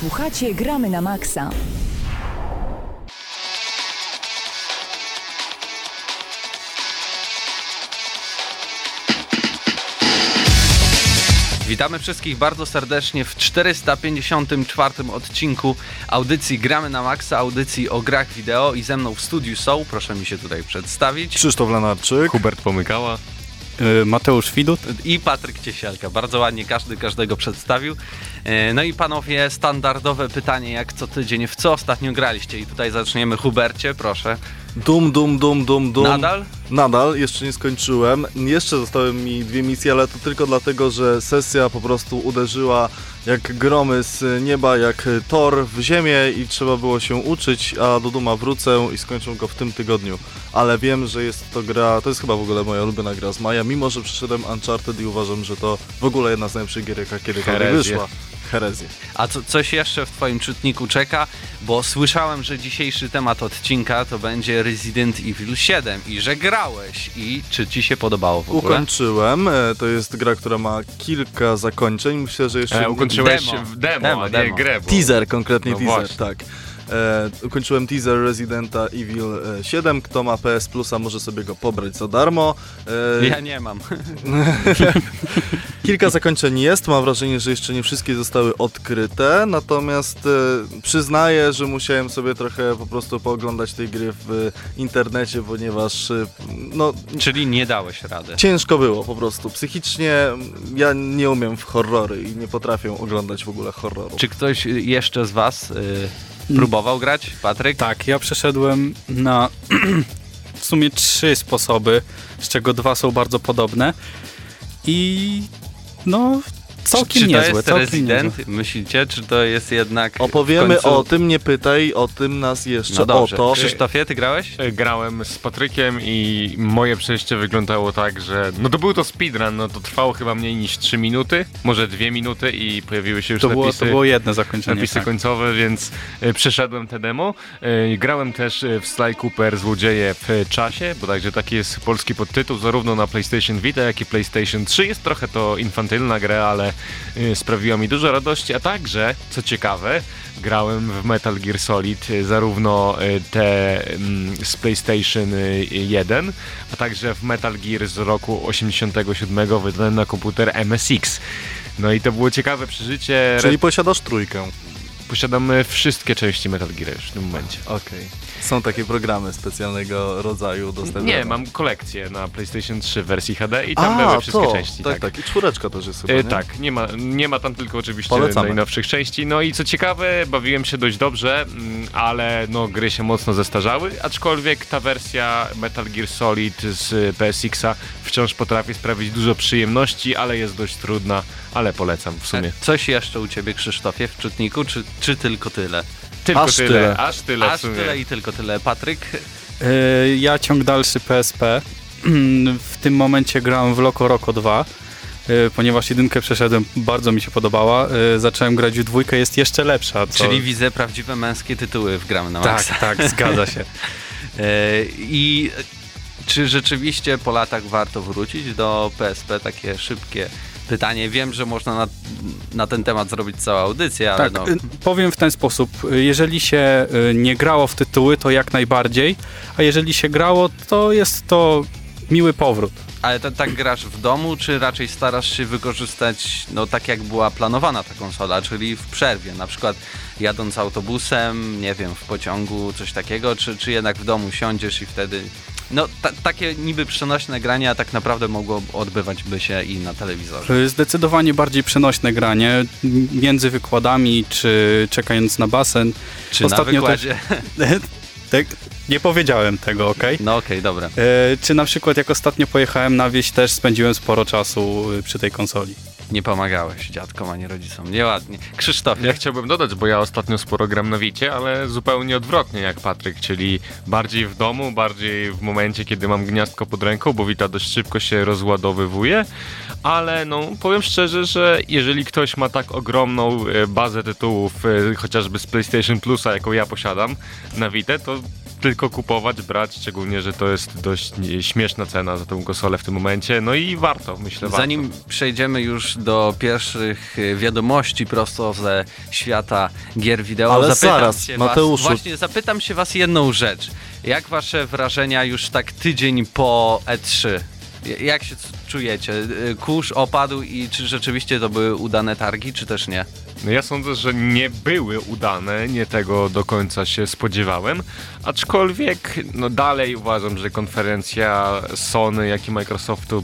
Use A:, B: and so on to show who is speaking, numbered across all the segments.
A: Słuchacie Gramy na Maxa.
B: Witamy wszystkich bardzo serdecznie w 454 odcinku audycji Gramy na Maxa, audycji o grach wideo i ze mną w studiu są, proszę mi się tutaj przedstawić,
C: Krzysztof Lenarczyk,
D: Hubert Pomykała,
C: Mateusz Widut
B: i Patryk Ciesielka. Bardzo ładnie każdego przedstawił. No i panowie, standardowe pytanie jak co tydzień, w co ostatnio graliście? I tutaj zaczniemy. Hubercie, proszę.
C: Doom.
B: Nadal?
C: Nadal, jeszcze nie skończyłem. Jeszcze zostały mi 2 misje, ale to tylko dlatego, że sesja po prostu uderzyła jak gromy z nieba, jak Thor w ziemię i trzeba było się uczyć, a do Dooma wrócę i skończę go w tym tygodniu. Ale wiem, że jest to gra, to jest chyba w ogóle moja ulubiona gra z maja, mimo że przeszedłem Uncharted i uważam, że to w ogóle jedna z najlepszych gier, jaka kiedykolwiek wyszła. Herezję.
B: A coś jeszcze w twoim czytniku czeka? Bo słyszałem, że dzisiejszy temat odcinka to będzie Resident Evil 7 i że grałeś. I czy ci się podobało w ogóle?
C: Ukończyłem. To jest gra, która ma kilka zakończeń. Myślę, że jeszcze...
D: ukończyłeś w demo, a nie grę. Bo...
C: Teaser, konkretnie
D: no
C: teaser,
D: właśnie.
C: tak. Ukończyłem teaser Residenta Evil 7. Kto ma PS Plusa, może sobie go pobrać za darmo.
B: Ja nie mam.
C: Kilka zakończeń jest, mam wrażenie, że jeszcze nie wszystkie zostały odkryte, natomiast przyznaję, że musiałem sobie trochę po prostu pooglądać tej gry w internecie, ponieważ no...
B: Czyli nie dałeś rady.
C: Ciężko było po prostu. Psychicznie ja nie umiem w horrory i nie potrafię oglądać w ogóle horroru.
B: Czy ktoś jeszcze z was próbował grać? Patryk?
E: Tak, ja przeszedłem na w sumie 3 sposoby, z czego 2 są bardzo podobne i no całkiem niezłe.
B: Czy to jest Resident, myślicie, czy to jest jednak...
C: Opowiemy
B: w końcu...
C: o tym, nie pytaj, o tym nas jeszcze.
B: No dobrze.
C: Oto.
B: Krzysztofie, ty grałeś?
D: Grałem z Patrykiem i moje przejście wyglądało tak, że no to był to speedrun, no to trwało chyba mniej niż 3 minuty, może 2 minuty i pojawiły się już
E: To
D: napisy,
E: było jedno zakończenie.
D: napisy
E: Tak.
D: końcowe, więc przeszedłem te demo. Grałem też w Sly Cooper Złodzieje w czasie, bodajże taki jest polski podtytuł, zarówno na PlayStation Vita, jak i PlayStation 3. Jest trochę to infantylna gra, ale sprawiła mi dużo radości, a także, co ciekawe, grałem w Metal Gear Solid, zarówno te z PlayStation 1, a także w Metal Gear z roku 87 wydane na komputer MSX. No i to było ciekawe przeżycie.
C: Czyli posiadasz 3.
D: Posiadam wszystkie części Metal Gear już w tym momencie.
C: Okej. Są takie programy specjalnego rodzaju dostępne?
D: Nie, mam kolekcję na PlayStation 3 w wersji HD i tam były wszystkie części.
C: Tak. I 4 też jest chyba, nie?
D: Tak, nie ma tam tylko oczywiście
C: Polecamy.
D: najnowszych części. No i co ciekawe, bawiłem się dość dobrze, ale no gry się mocno zestarzały, aczkolwiek ta wersja Metal Gear Solid z PSX-a wciąż potrafi sprawić dużo przyjemności, ale jest dość trudna, ale polecam w sumie.
B: Coś jeszcze u ciebie, Krzysztofie, w czytniku, czy tylko tyle?
D: Tylko
C: Aż
D: tyle,
C: tyle.
D: aż tyle w sumie.
B: Tyle i tylko tyle. Patryk?
E: Ja ciąg dalszy PSP. W tym momencie grałem w Loco Roco 2, ponieważ 1 przeszedłem, bardzo mi się podobała. Zacząłem grać w 2, jest jeszcze lepsza.
B: Czyli widzę prawdziwe męskie tytuły w Gramy na Maxa.
E: Tak, zgadza się.
B: I czy rzeczywiście po latach warto wrócić do PSP? Takie szybkie pytanie. Wiem, że można na ten temat zrobić całą audycję, ale
E: Tak, powiem w ten sposób. Jeżeli się nie grało w tytuły, to jak najbardziej, a jeżeli się grało, to jest to miły powrót.
B: Ale tak grasz w domu, czy raczej starasz się wykorzystać, no tak jak była planowana ta konsola, czyli w przerwie, na przykład jadąc autobusem, nie wiem, w pociągu, coś takiego, czy jednak w domu siądziesz i wtedy... No, takie niby przenośne granie, a tak naprawdę mogło odbywać by się i na telewizorze.
E: Zdecydowanie bardziej przenośne granie, między wykładami, czy czekając na basen.
B: Czy
E: Ostatnio
B: na wykładzie?
E: Tak, nie powiedziałem tego, okej?
B: No okej, dobra.
E: Czy na przykład jak ostatnio pojechałem na wieś, też spędziłem sporo czasu przy tej konsoli.
B: Nie pomagałeś dziadkom ani rodzicom. Nieładnie. Krzysztofie?
D: Ja chciałbym dodać, bo ja ostatnio sporo gram na Wicie, ale zupełnie odwrotnie jak Patryk, czyli bardziej w domu, bardziej w momencie, kiedy mam gniazdko pod ręką, bo Vita dość szybko się rozładowywuje, ale no powiem szczerze, że jeżeli ktoś ma tak ogromną bazę tytułów, chociażby z PlayStation Plusa, jaką ja posiadam na Vitę, to tylko kupować, brać, szczególnie, że to jest dość śmieszna cena za tę konsolę w tym momencie, no i warto, myślę, warto.
B: Zanim przejdziemy już do pierwszych wiadomości prosto ze świata gier wideo,
C: Ale
B: zapytam
C: zaraz,
B: się
C: Mateuszu.
B: zapytam się was jedną rzecz. Jak wasze wrażenia już tak tydzień po E3? Jak się czujecie? Kurz opadł i czy rzeczywiście to były udane targi, czy też nie?
D: No ja sądzę, że nie były udane, nie tego do końca się spodziewałem, aczkolwiek no dalej uważam, że konferencja Sony, jak i Microsoftu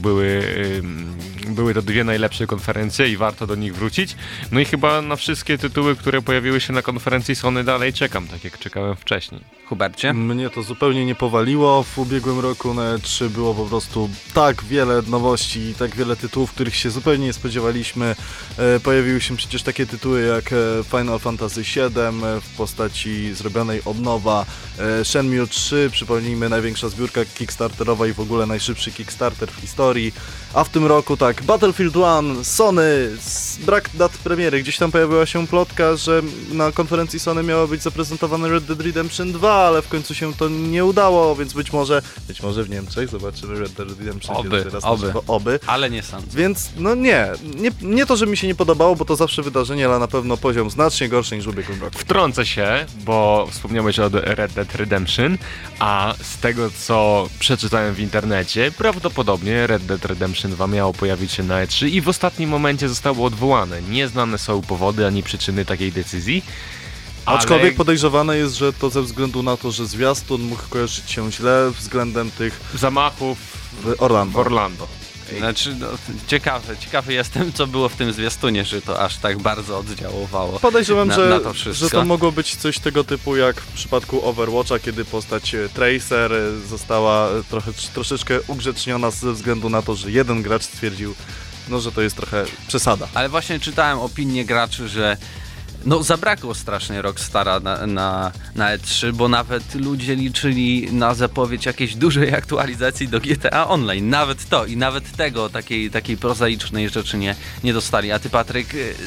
D: były to dwie najlepsze konferencje i warto do nich wrócić. No i chyba na wszystkie tytuły, które pojawiły się na konferencji Sony dalej czekam, tak jak czekałem wcześniej.
B: Hubercie?
C: Mnie to zupełnie nie powaliło. W ubiegłym roku na E3 było po prostu tak wiele nowości i tak wiele tytułów, których się zupełnie nie spodziewaliśmy. Pojawiły się przecież takie tytuły jak Final Fantasy VII w postaci zrobionej od nowa, Shenmue 3, przypomnijmy, największa zbiórka kickstarterowa i w ogóle najszybszy kickstarter w historii. A w tym roku tak, Battlefield 1, Sony, brak dat premiery. Gdzieś tam pojawiła się plotka, że na konferencji Sony miało być zaprezentowane Red Dead Redemption 2, ale w końcu się to nie udało, więc być może w Niemczech zobaczymy Red Dead Redemption
B: Oby. Ale nie sądzę.
C: Więc no nie to, że mi się nie podobało, bo to zawsze wydarzenie, ale na pewno poziom znacznie gorszy niż w ubiegłym roku.
D: Wtrącę się, bo wspomniałeś o Red Dead Redemption, a z tego co przeczytałem w internecie, prawdopodobnie Red Dead Redemption 2 miało pojawić się na E3 i w ostatnim momencie zostało odwołane. Nieznane są powody ani przyczyny takiej decyzji.
C: Aczkolwiek podejrzewane jest, że to ze względu na to, że zwiastun mógł kojarzyć się źle względem tych
D: zamachów
C: w Orlando.
B: Znaczy, no, ciekawy jestem, co było w tym zwiastunie, że to aż tak bardzo oddziaływało.
C: Podejrzewam,
B: na to wszystko.
C: że to mogło być coś tego typu jak w przypadku Overwatcha, kiedy postać Tracer została troszeczkę ugrzeczniona ze względu na to, że jeden gracz stwierdził, no, że to jest trochę przesada.
B: Ale właśnie czytałem opinię graczy, że no zabrakło strasznie Rockstara na E3, bo nawet ludzie liczyli na zapowiedź jakiejś dużej aktualizacji do GTA Online. Nawet to i nawet tego, takiej prozaicznej rzeczy nie dostali. A ty, Patryk,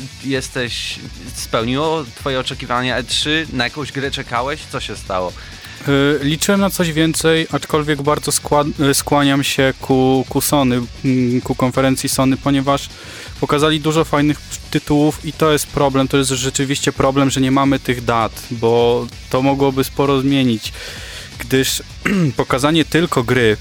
B: spełniło twoje oczekiwania E3? Na jakąś grę czekałeś? Co się stało?
E: Liczyłem na coś więcej, aczkolwiek bardzo skłaniam się ku Sony, ku konferencji Sony, ponieważ pokazali dużo fajnych tytułów i to jest problem, to jest rzeczywiście problem, że nie mamy tych dat, bo to mogłoby sporo zmienić, gdyż pokazanie tylko gry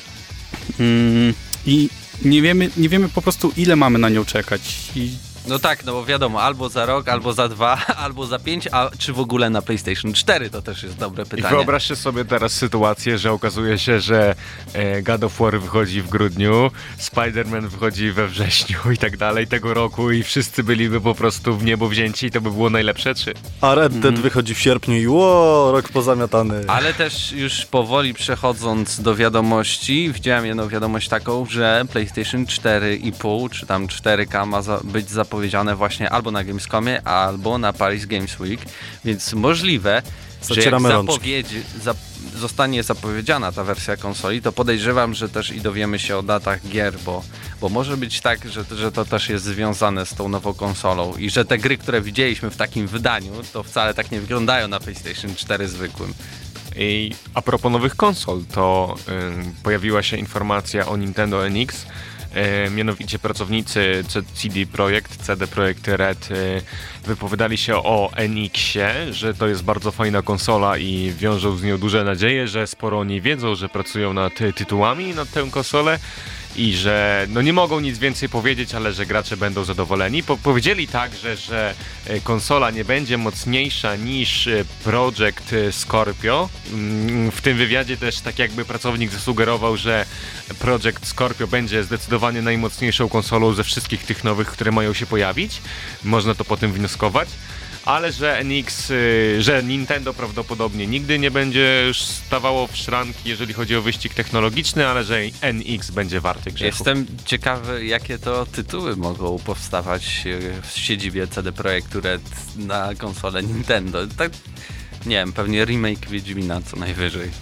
E: i nie wiemy po prostu, ile mamy na nią czekać.
B: No tak, no bo wiadomo, albo za rok, albo za 2, albo za 5, a czy w ogóle na PlayStation 4? To też jest dobre pytanie.
D: I wyobraźcie sobie teraz sytuację, że okazuje się, że God of War wychodzi w grudniu, Spider-Man wychodzi we wrześniu i tak dalej tego roku i wszyscy byliby po prostu w niebo wzięci i to by było najlepsze, czy?
C: A Red Dead wychodzi w sierpniu i rok pozamiatany.
B: Ale też już powoli przechodząc do wiadomości, widziałem jedną wiadomość taką, że PlayStation 4,5 czy tam 4K ma być zapowiedziane właśnie albo na Gamescomie, albo na Paris Games Week, więc możliwe, że jak zostanie zapowiedziana ta wersja konsoli, to podejrzewam, że też i dowiemy się o datach gier, bo może być tak, że to też jest związane z tą nową konsolą i że te gry, które widzieliśmy w takim wydaniu, to wcale tak nie wyglądają na PlayStation 4 zwykłym.
D: I a propos nowych konsol, to pojawiła się informacja o Nintendo NX. Mianowicie pracownicy CD Projekt Red wypowiadali się o NX-ie, że to jest bardzo fajna konsola i wiążą z nią duże nadzieje, że sporo o niej wiedzą, że pracują nad tytułami na tę konsolę i że no nie mogą nic więcej powiedzieć, ale że gracze będą zadowoleni. Powiedzieli także, że konsola nie będzie mocniejsza niż Project Scorpio. W tym wywiadzie też tak jakby pracownik zasugerował, że Project Scorpio będzie zdecydowanie najmocniejszą konsolą ze wszystkich tych nowych, które mają się pojawić. Można to po tym wnioskować. Ale że że Nintendo prawdopodobnie nigdy nie będzie już stawało w szranki, jeżeli chodzi o wyścig technologiczny, ale że NX będzie warty grzechów.
B: Jestem ciekawy, jakie to tytuły mogą powstawać w siedzibie CD Projekt Red na konsolę Nintendo. Tak, nie wiem, pewnie remake Wiedźmina co najwyżej.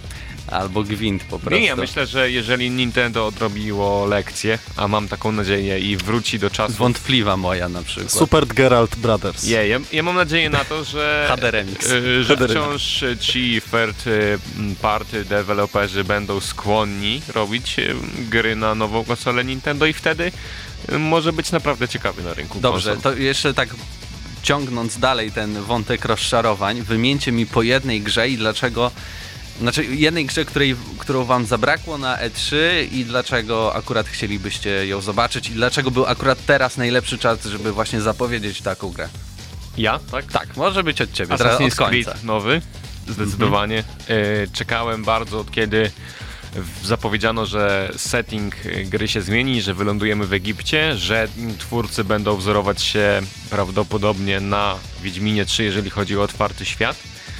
B: Albo gwint po prostu.
D: Nie, ja myślę, że jeżeli Nintendo odrobiło lekcję, a mam taką nadzieję i wróci do czasu...
B: Wątpliwa moja na przykład.
C: Super Geralt Brothers.
D: Ja mam nadzieję na to, że,
B: HD Remix.
D: że wciąż ci third party deweloperzy będą skłonni robić gry na nową konsolę Nintendo i wtedy może być naprawdę ciekawy na rynku
B: Dobrze,
D: konsol.
B: to jeszcze tak ciągnąc dalej ten wątek rozczarowań, wymieńcie mi po jednej grze i dlaczego, znaczy jednej grze, którą wam zabrakło na E3 i dlaczego akurat chcielibyście ją zobaczyć i dlaczego był akurat teraz najlepszy czas, żeby właśnie zapowiedzieć taką grę.
D: Ja? Tak?
B: Tak, może być od ciebie, teraz od
D: Assassin's
B: końca.
D: Creed nowy, zdecydowanie. Czekałem bardzo od kiedy zapowiedziano, że setting gry się zmieni, że wylądujemy w Egipcie, że twórcy będą wzorować się prawdopodobnie na Wiedźminie 3, jeżeli chodzi o otwarty świat.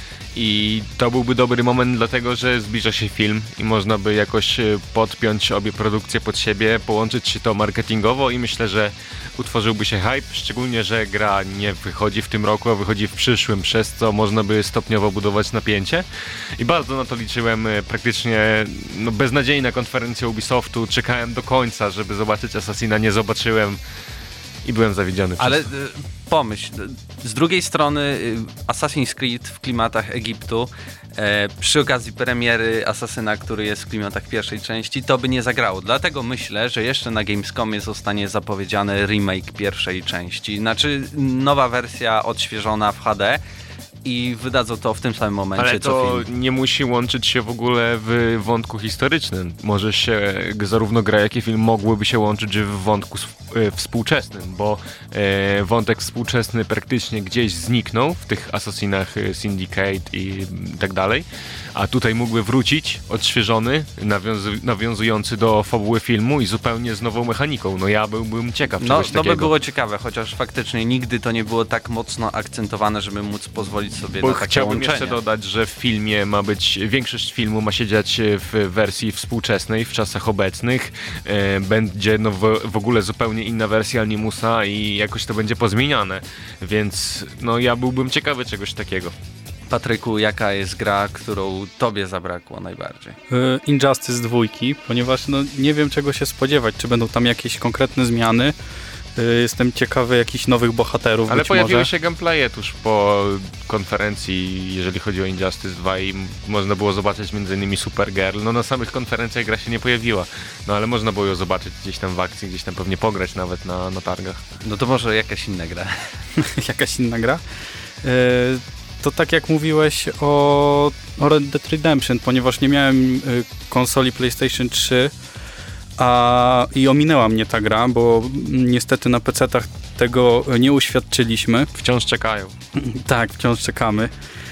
D: I to byłby dobry moment, dlatego że zbliża się film i można by jakoś podpiąć obie produkcje pod siebie, połączyć to marketingowo i myślę, że utworzyłby się hype, szczególnie, że gra nie wychodzi w tym roku, a wychodzi w przyszłym, przez co można by stopniowo budować napięcie. I bardzo na to liczyłem, praktycznie bez nadziei na konferencję Ubisoftu, czekałem do końca, żeby zobaczyć Assassina, nie zobaczyłem i byłem zawiedziony.
B: Ale pomyśl, z drugiej strony Assassin's Creed w klimatach Egiptu, przy okazji premiery Assassina, który jest w klimatach pierwszej części, to by nie zagrało. Dlatego myślę, że jeszcze na Gamescomie zostanie zapowiedziany remake pierwszej części. Znaczy nowa wersja odświeżona w HD i wydadzą to w tym samym momencie,
D: Ale
B: co
D: to
B: film.
D: nie musi łączyć się w ogóle w wątku historycznym. Może się zarówno gra, jak i film mogłyby się łączyć w wątku współczesnym, bo wątek współczesny praktycznie gdzieś zniknął w tych Assassinach Syndicate i tak dalej, a tutaj mógłby wrócić odświeżony, nawiązujący do fabuły filmu i zupełnie z nową mechaniką. No ja byłbym ciekaw czegoś
B: No
D: takiego.
B: by było ciekawe, chociaż faktycznie nigdy to nie było tak mocno akcentowane, żeby móc pozwolić sobie
D: Bo
B: na takie
D: chciałbym
B: łączenie.
D: jeszcze dodać, że w filmie większość filmu ma się dziać w wersji współczesnej, w czasach obecnych. Będzie w ogóle zupełnie inna wersja Animusa i jakoś to będzie pozmieniane, więc ja byłbym ciekawy czegoś takiego.
B: Patryku, jaka jest gra, którą tobie zabrakło najbardziej?
E: Injustice 2, ponieważ nie wiem czego się spodziewać, czy będą tam jakieś konkretne zmiany. Jestem ciekawy jakichś nowych bohaterów.
D: Ale
E: być
D: pojawiły
E: może.
D: się gameplaye tuż po konferencji, jeżeli chodzi o Injustice 2 i można było zobaczyć m.in. Supergirl. Na samych konferencjach gra się nie pojawiła, ale można było ją zobaczyć gdzieś tam w akcji, gdzieś tam pewnie pograć nawet na targach.
B: No to może jakaś inna gra.
E: Jakaś inna gra. To tak jak mówiłeś o Red Dead Redemption, ponieważ nie miałem konsoli PlayStation 3 i ominęła mnie ta gra, bo niestety na PC-tach tego nie uświadczyliśmy.
D: Wciąż czekają.
E: Tak, wciąż czekamy.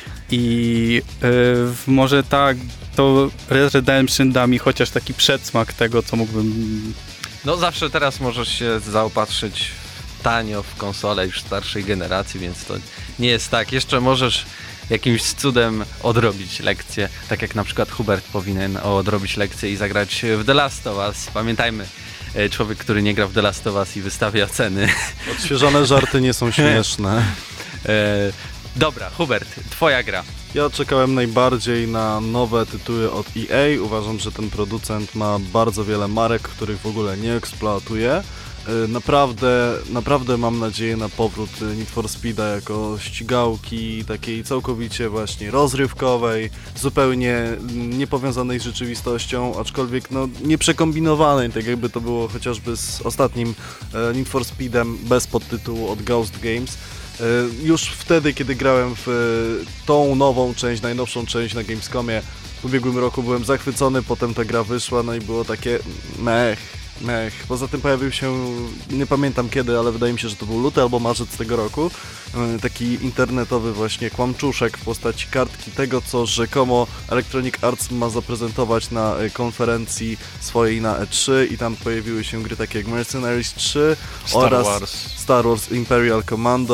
E: I może to Red Redemption da mi chociaż taki przedsmak tego, co mógłbym...
B: No zawsze teraz możesz się zaopatrzyć tanio w konsolę już starszej generacji, więc to nie jest tak. Jeszcze możesz jakimś cudem odrobić lekcję, tak jak na przykład Hubert powinien odrobić lekcję i zagrać w The Last of Us. Pamiętajmy, człowiek, który nie gra w The Last of Us i wystawia oceny.
C: Odświeżone żarty nie są śmieszne.
B: Dobra, Hubert, twoja gra.
C: Ja czekałem najbardziej na nowe tytuły od EA. Uważam, że ten producent ma bardzo wiele marek, których w ogóle nie eksploatuje. Naprawdę mam nadzieję na powrót Need for Speed'a jako ścigałki takiej całkowicie właśnie rozrywkowej, zupełnie niepowiązanej z rzeczywistością, aczkolwiek nie przekombinowanej, tak jakby to było chociażby z ostatnim Need for Speed'em bez podtytułu od Ghost Games. Już wtedy, kiedy grałem w tą nową część, najnowszą część na Gamescomie w ubiegłym roku, byłem zachwycony, potem ta gra wyszła, i było takie mech. Poza tym pojawił się, nie pamiętam kiedy, ale wydaje mi się, że to był luty albo marzec tego roku, taki internetowy właśnie kłamczuszek w postaci kartki tego, co rzekomo Electronic Arts ma zaprezentować na konferencji swojej na E3 i tam pojawiły się gry takie jak Mercenaries 3 oraz Star Wars Imperial Commando.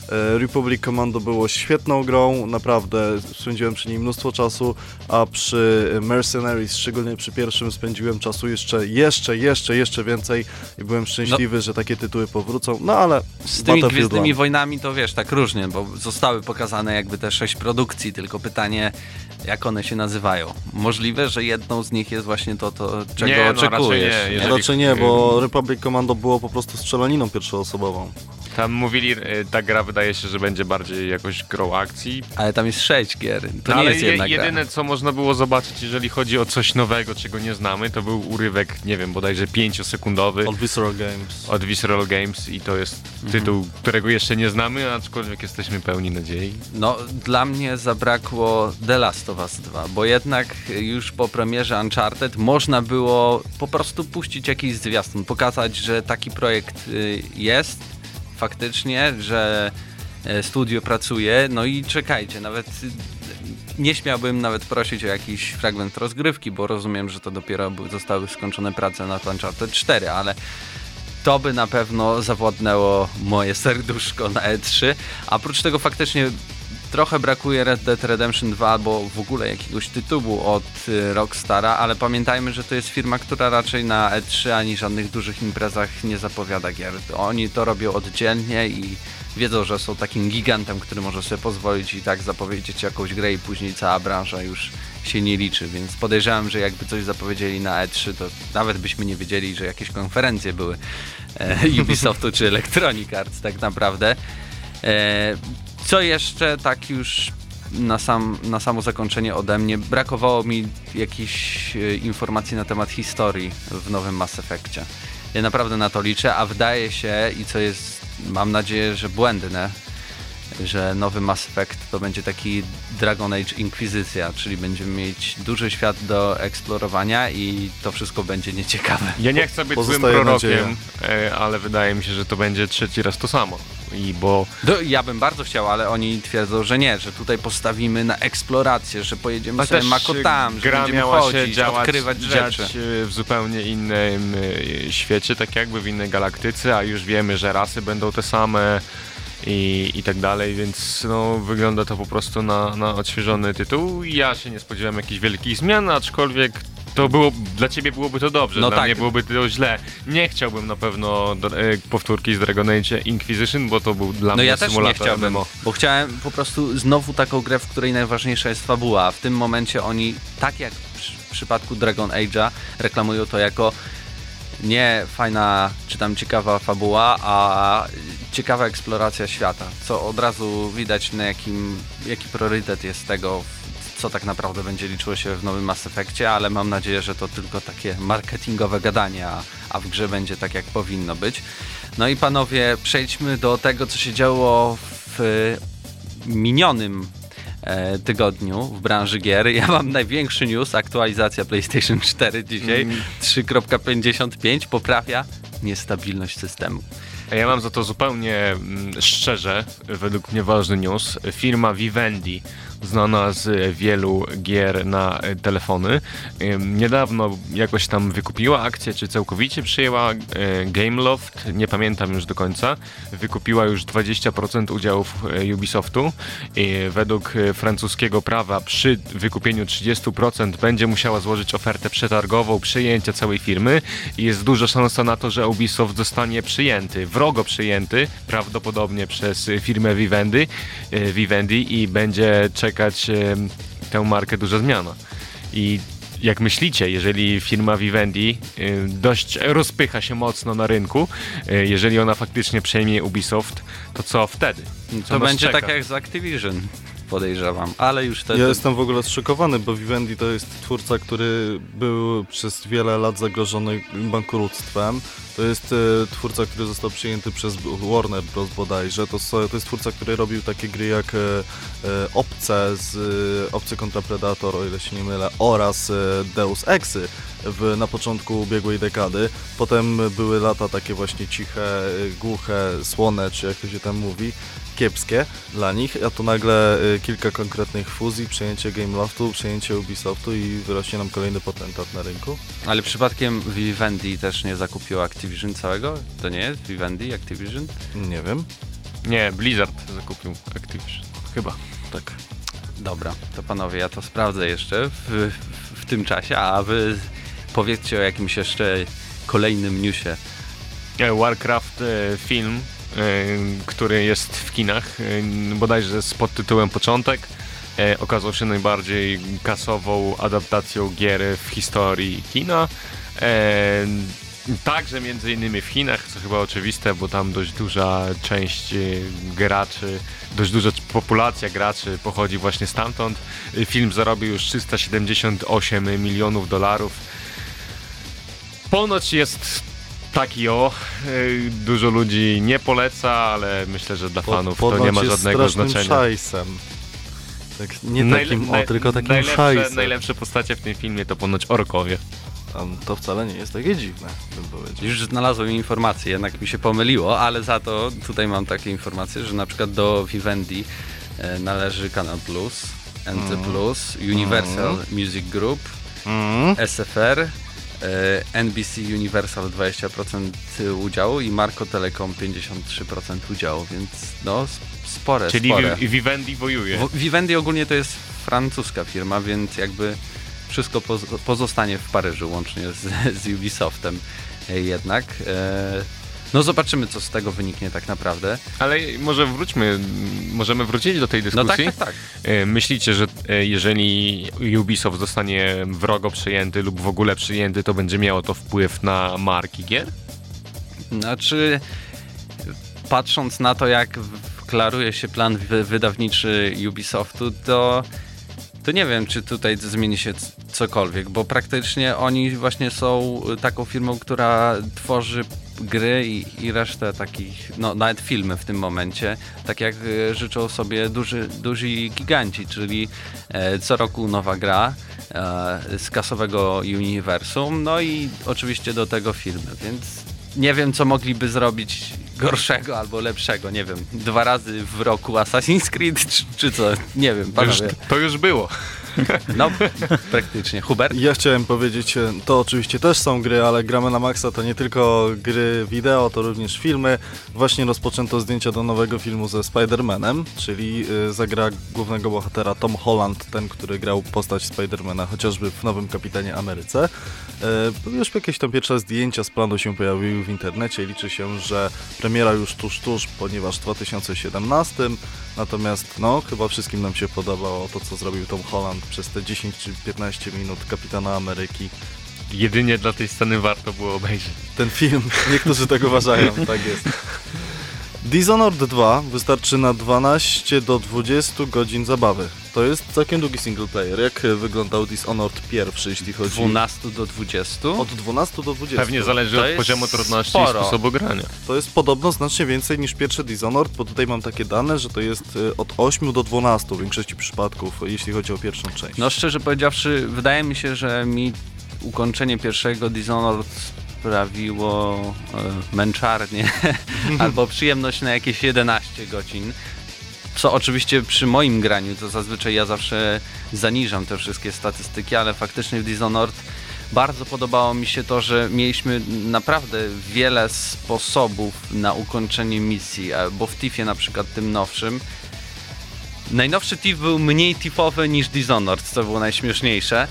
C: Republic Commando było świetną grą, naprawdę spędziłem przy niej mnóstwo czasu, a przy Mercenaries, szczególnie przy pierwszym, spędziłem czasu jeszcze więcej i byłem szczęśliwy, że takie tytuły powrócą, no ale
B: z tymi Gwiezdnymi Wojnami to wiesz, tak różnie, bo zostały pokazane jakby te 6 produkcji, tylko pytanie, jak one się nazywają. Możliwe, że jedną z nich jest właśnie to czego oczekujesz.
C: Raczej nie, bo Republic Commando było po prostu strzelaniną pierwszoosobową.
D: Tam mówili, ta gra wydaje się, że będzie bardziej jakoś grą akcji.
B: Ale tam jest 6 gier, to
D: ale
B: nie jest jedna gra.
D: Jedyne, co można było zobaczyć, jeżeli chodzi o coś nowego, czego nie znamy, to był urywek, nie wiem, bodajże 5-sekundowy. Od Visceral Games i to jest tytuł, którego jeszcze nie znamy, aczkolwiek jesteśmy pełni nadziei.
B: No, dla mnie zabrakło The Last of Us 2, bo jednak już po premierze Uncharted można było po prostu puścić jakiś zwiastun, pokazać, że taki projekt jest faktycznie, że studio pracuje, no i czekajcie, nawet nie śmiałbym nawet prosić o jakiś fragment rozgrywki, bo rozumiem, że to dopiero zostały skończone prace nad Uncharted 4, ale to by na pewno zawładnęło moje serduszko na E3, a oprócz tego faktycznie trochę brakuje Red Dead Redemption 2 albo w ogóle jakiegoś tytułu od Rockstara, ale pamiętajmy, że to jest firma, która raczej na E3 ani żadnych dużych imprezach nie zapowiada gier. Oni to robią oddzielnie i wiedzą, że są takim gigantem, który może sobie pozwolić i tak zapowiedzieć jakąś grę i później cała branża już się nie liczy, więc podejrzewam, że jakby coś zapowiedzieli na E3, to nawet byśmy nie wiedzieli, że jakieś konferencje były Ubisoftu czy Electronic Arts tak naprawdę. Co jeszcze, tak już na samo zakończenie ode mnie, brakowało mi jakichś informacji na temat historii w nowym Mass Effectie. Ja naprawdę na to liczę, a wydaje się, i co jest, mam nadzieję, że błędne, że nowy Mass Effect to będzie taki Dragon Age Inkwizycja, czyli będziemy mieć duży świat do eksplorowania i to wszystko będzie nieciekawe.
D: Ja nie chcę być złym prorokiem, ale wydaje mi się, że to będzie trzeci raz to samo.
B: Ja bym bardzo chciał, ale oni twierdzą, że nie, że tutaj postawimy na eksplorację, że pojedziemy sobie Makotam, że będziemy chodzić, odkrywać rzeczy.
D: W zupełnie innym świecie, tak jakby w innej galaktyce, a już wiemy, że rasy będą te same i tak dalej, więc no, wygląda to po prostu na odświeżony tytuł. Ja się nie spodziewałem jakichś wielkich zmian, aczkolwiek dla ciebie byłoby to dobrze, dla mnie byłoby to źle. Nie chciałbym na pewno powtórki z Dragon Age Inquisition, bo to był dla mnie symulator.
B: Ja też nie chciałbym, bo chciałem po prostu znowu taką grę, w której najważniejsza jest fabuła, a w tym momencie oni, tak jak w przypadku Dragon Age'a, reklamują to jako nie fajna, czy tam ciekawa fabuła, a ciekawa eksploracja świata, co od razu widać, na jaki priorytet jest tego, co tak naprawdę będzie liczyło się w nowym Mass Effectie, ale mam nadzieję, że to tylko takie marketingowe gadanie, a w grze będzie tak, jak powinno być. No i panowie, przejdźmy do tego, co się działo w minionym tygodniu w branży gier. Ja mam największy news, aktualizacja PlayStation 4 dzisiaj, 3.55 poprawia niestabilność systemu.
D: Ja mam za to zupełnie szczerze, według mnie ważny news. Firma Vivendi, znana z wielu gier na telefony, niedawno jakoś tam wykupiła akcję, czy całkowicie przyjęła Gameloft, nie pamiętam już do końca. Wykupiła już 20% udziałów Ubisoftu i według francuskiego prawa przy wykupieniu 30% będzie musiała złożyć ofertę przetargową przyjęcia całej firmy i jest duża szansa na to, że Ubisoft zostanie przyjęty, wrogo przyjęty, prawdopodobnie przez firmę Vivendi i będzie czekać tę markę duża zmiana. I jak myślicie, jeżeli firma Vivendi dość rozpycha się mocno na rynku, jeżeli ona faktycznie przejmie Ubisoft, to co wtedy?
B: To będzie tak jak z Activision, podejrzewam, ale już wtedy...
C: Ja jestem w ogóle zszokowany, bo Vivendi to jest twórca, który był przez wiele lat zagrożony bankructwem. To jest twórca, który został przyjęty przez Warner Bros. Bodajże. To jest twórca, który robił takie gry jak Obcy kontra Predator, o ile się nie mylę, oraz Deus Exy na początku ubiegłej dekady. Potem były lata takie właśnie ciche, głuche, słone, czy jak to się tam mówi, kiepskie dla nich, a tu nagle kilka konkretnych fuzji, przejęcie Gameloftu, przejęcie Ubisoftu i wyrośnie nam kolejny potentat na rynku.
B: Ale przypadkiem Vivendi też nie zakupiło Activision całego? To nie jest Vivendi, Activision?
C: Nie wiem.
D: Nie, Blizzard zakupił Activision. Chyba.
C: Tak.
B: Dobra, to panowie, ja to sprawdzę jeszcze w tym czasie, a wy powiedzcie o jakimś jeszcze kolejnym newsie.
D: Warcraft film, który jest w kinach, bodajże z podtytułem Początek, okazał się najbardziej kasową adaptacją gier w historii kina. Także między innymi w Chinach, co chyba oczywiste, bo tam dość duża część graczy, dość duża populacja graczy pochodzi właśnie stamtąd. Film zarobił już $378 milionów. Ponoć jest taki dużo ludzi nie poleca, ale myślę, że dla fanów to nie ma żadnego znaczenia.
C: Szajsem. Tak, nie takim tylko takim szajsem.
D: Najlepsze postacie w tym filmie to ponoć orkowie.
C: To wcale nie jest takie dziwne, bym powiedział.
B: Już znalazłem informację, jednak mi się pomyliło, ale za to tutaj mam takie informacje, że na przykład do Vivendi należy Canal Plus, NT Plus, Universal Music Group, SFR, NBC Universal 20% udziału i Marco Telecom 53% udziału, więc no spore.
D: Czyli Vivendi wojuje.
B: Vivendi ogólnie to jest francuska firma, więc jakby wszystko pozostanie w Paryżu, łącznie z Ubisoftem jednak. No zobaczymy, co z tego wyniknie tak naprawdę.
D: Ale może możemy wrócić do tej dyskusji?
B: No tak.
D: Myślicie, że jeżeli Ubisoft zostanie wrogo przyjęty lub w ogóle przyjęty, to będzie miało to wpływ na marki gier?
B: Znaczy, patrząc na to, jak klaruje się plan wydawniczy Ubisoftu, to nie wiem, czy tutaj zmieni się cokolwiek, bo praktycznie oni właśnie są taką firmą, która tworzy gry i resztę takich, no nawet filmy w tym momencie, tak jak życzą sobie duzi giganci, czyli co roku nowa gra z kasowego uniwersum, no i oczywiście do tego filmy, więc nie wiem, co mogliby zrobić gorszego albo lepszego, nie wiem, 2 razy w roku Assassin's Creed, czy co, nie wiem, panowie.
D: To już było.
B: No, praktycznie. Hubert?
C: Ja chciałem powiedzieć, to oczywiście też są gry, ale Gramy na Maxa to nie tylko gry wideo, to również filmy. Właśnie rozpoczęto zdjęcia do nowego filmu ze Spider-Manem, czyli zagra głównego bohatera Tom Holland, ten, który grał postać Spider-Mana chociażby w Nowym Kapitanie Ameryce. Już jakieś tam pierwsze zdjęcia z planu się pojawiły w internecie. Liczy się, że premiera już tuż, ponieważ w 2017. Natomiast no, chyba wszystkim nam się podobało to, co zrobił Tom Holland przez te 10 czy 15 minut Kapitana Ameryki.
D: Jedynie dla tej sceny warto było obejrzeć.
C: Ten film, niektórzy tak uważają, tak jest. Dishonored 2 wystarczy na 12 do 20 godzin zabawy. To jest całkiem długi single player. Jak wyglądał Dishonored pierwszy, jeśli chodzi...
B: 12 do 20?
C: Od 12 do 20.
D: Pewnie zależy od poziomu trudności i sposobu grania.
C: To jest podobno znacznie więcej niż pierwszy Dishonored, bo tutaj mam takie dane, że to jest od 8 do 12 w większości przypadków, jeśli chodzi o pierwszą część.
B: No szczerze powiedziawszy, wydaje mi się, że mi ukończenie pierwszego Dishonored sprawiło męczarnię albo przyjemność na jakieś 11 godzin. Co oczywiście przy moim graniu, to zazwyczaj ja zawsze zaniżam te wszystkie statystyki, ale faktycznie w Dishonored bardzo podobało mi się to, że mieliśmy naprawdę wiele sposobów na ukończenie misji, bo w Thiefie na przykład tym nowszym, najnowszy Thief był mniej Thiefowy niż Dishonored, co było najśmieszniejsze.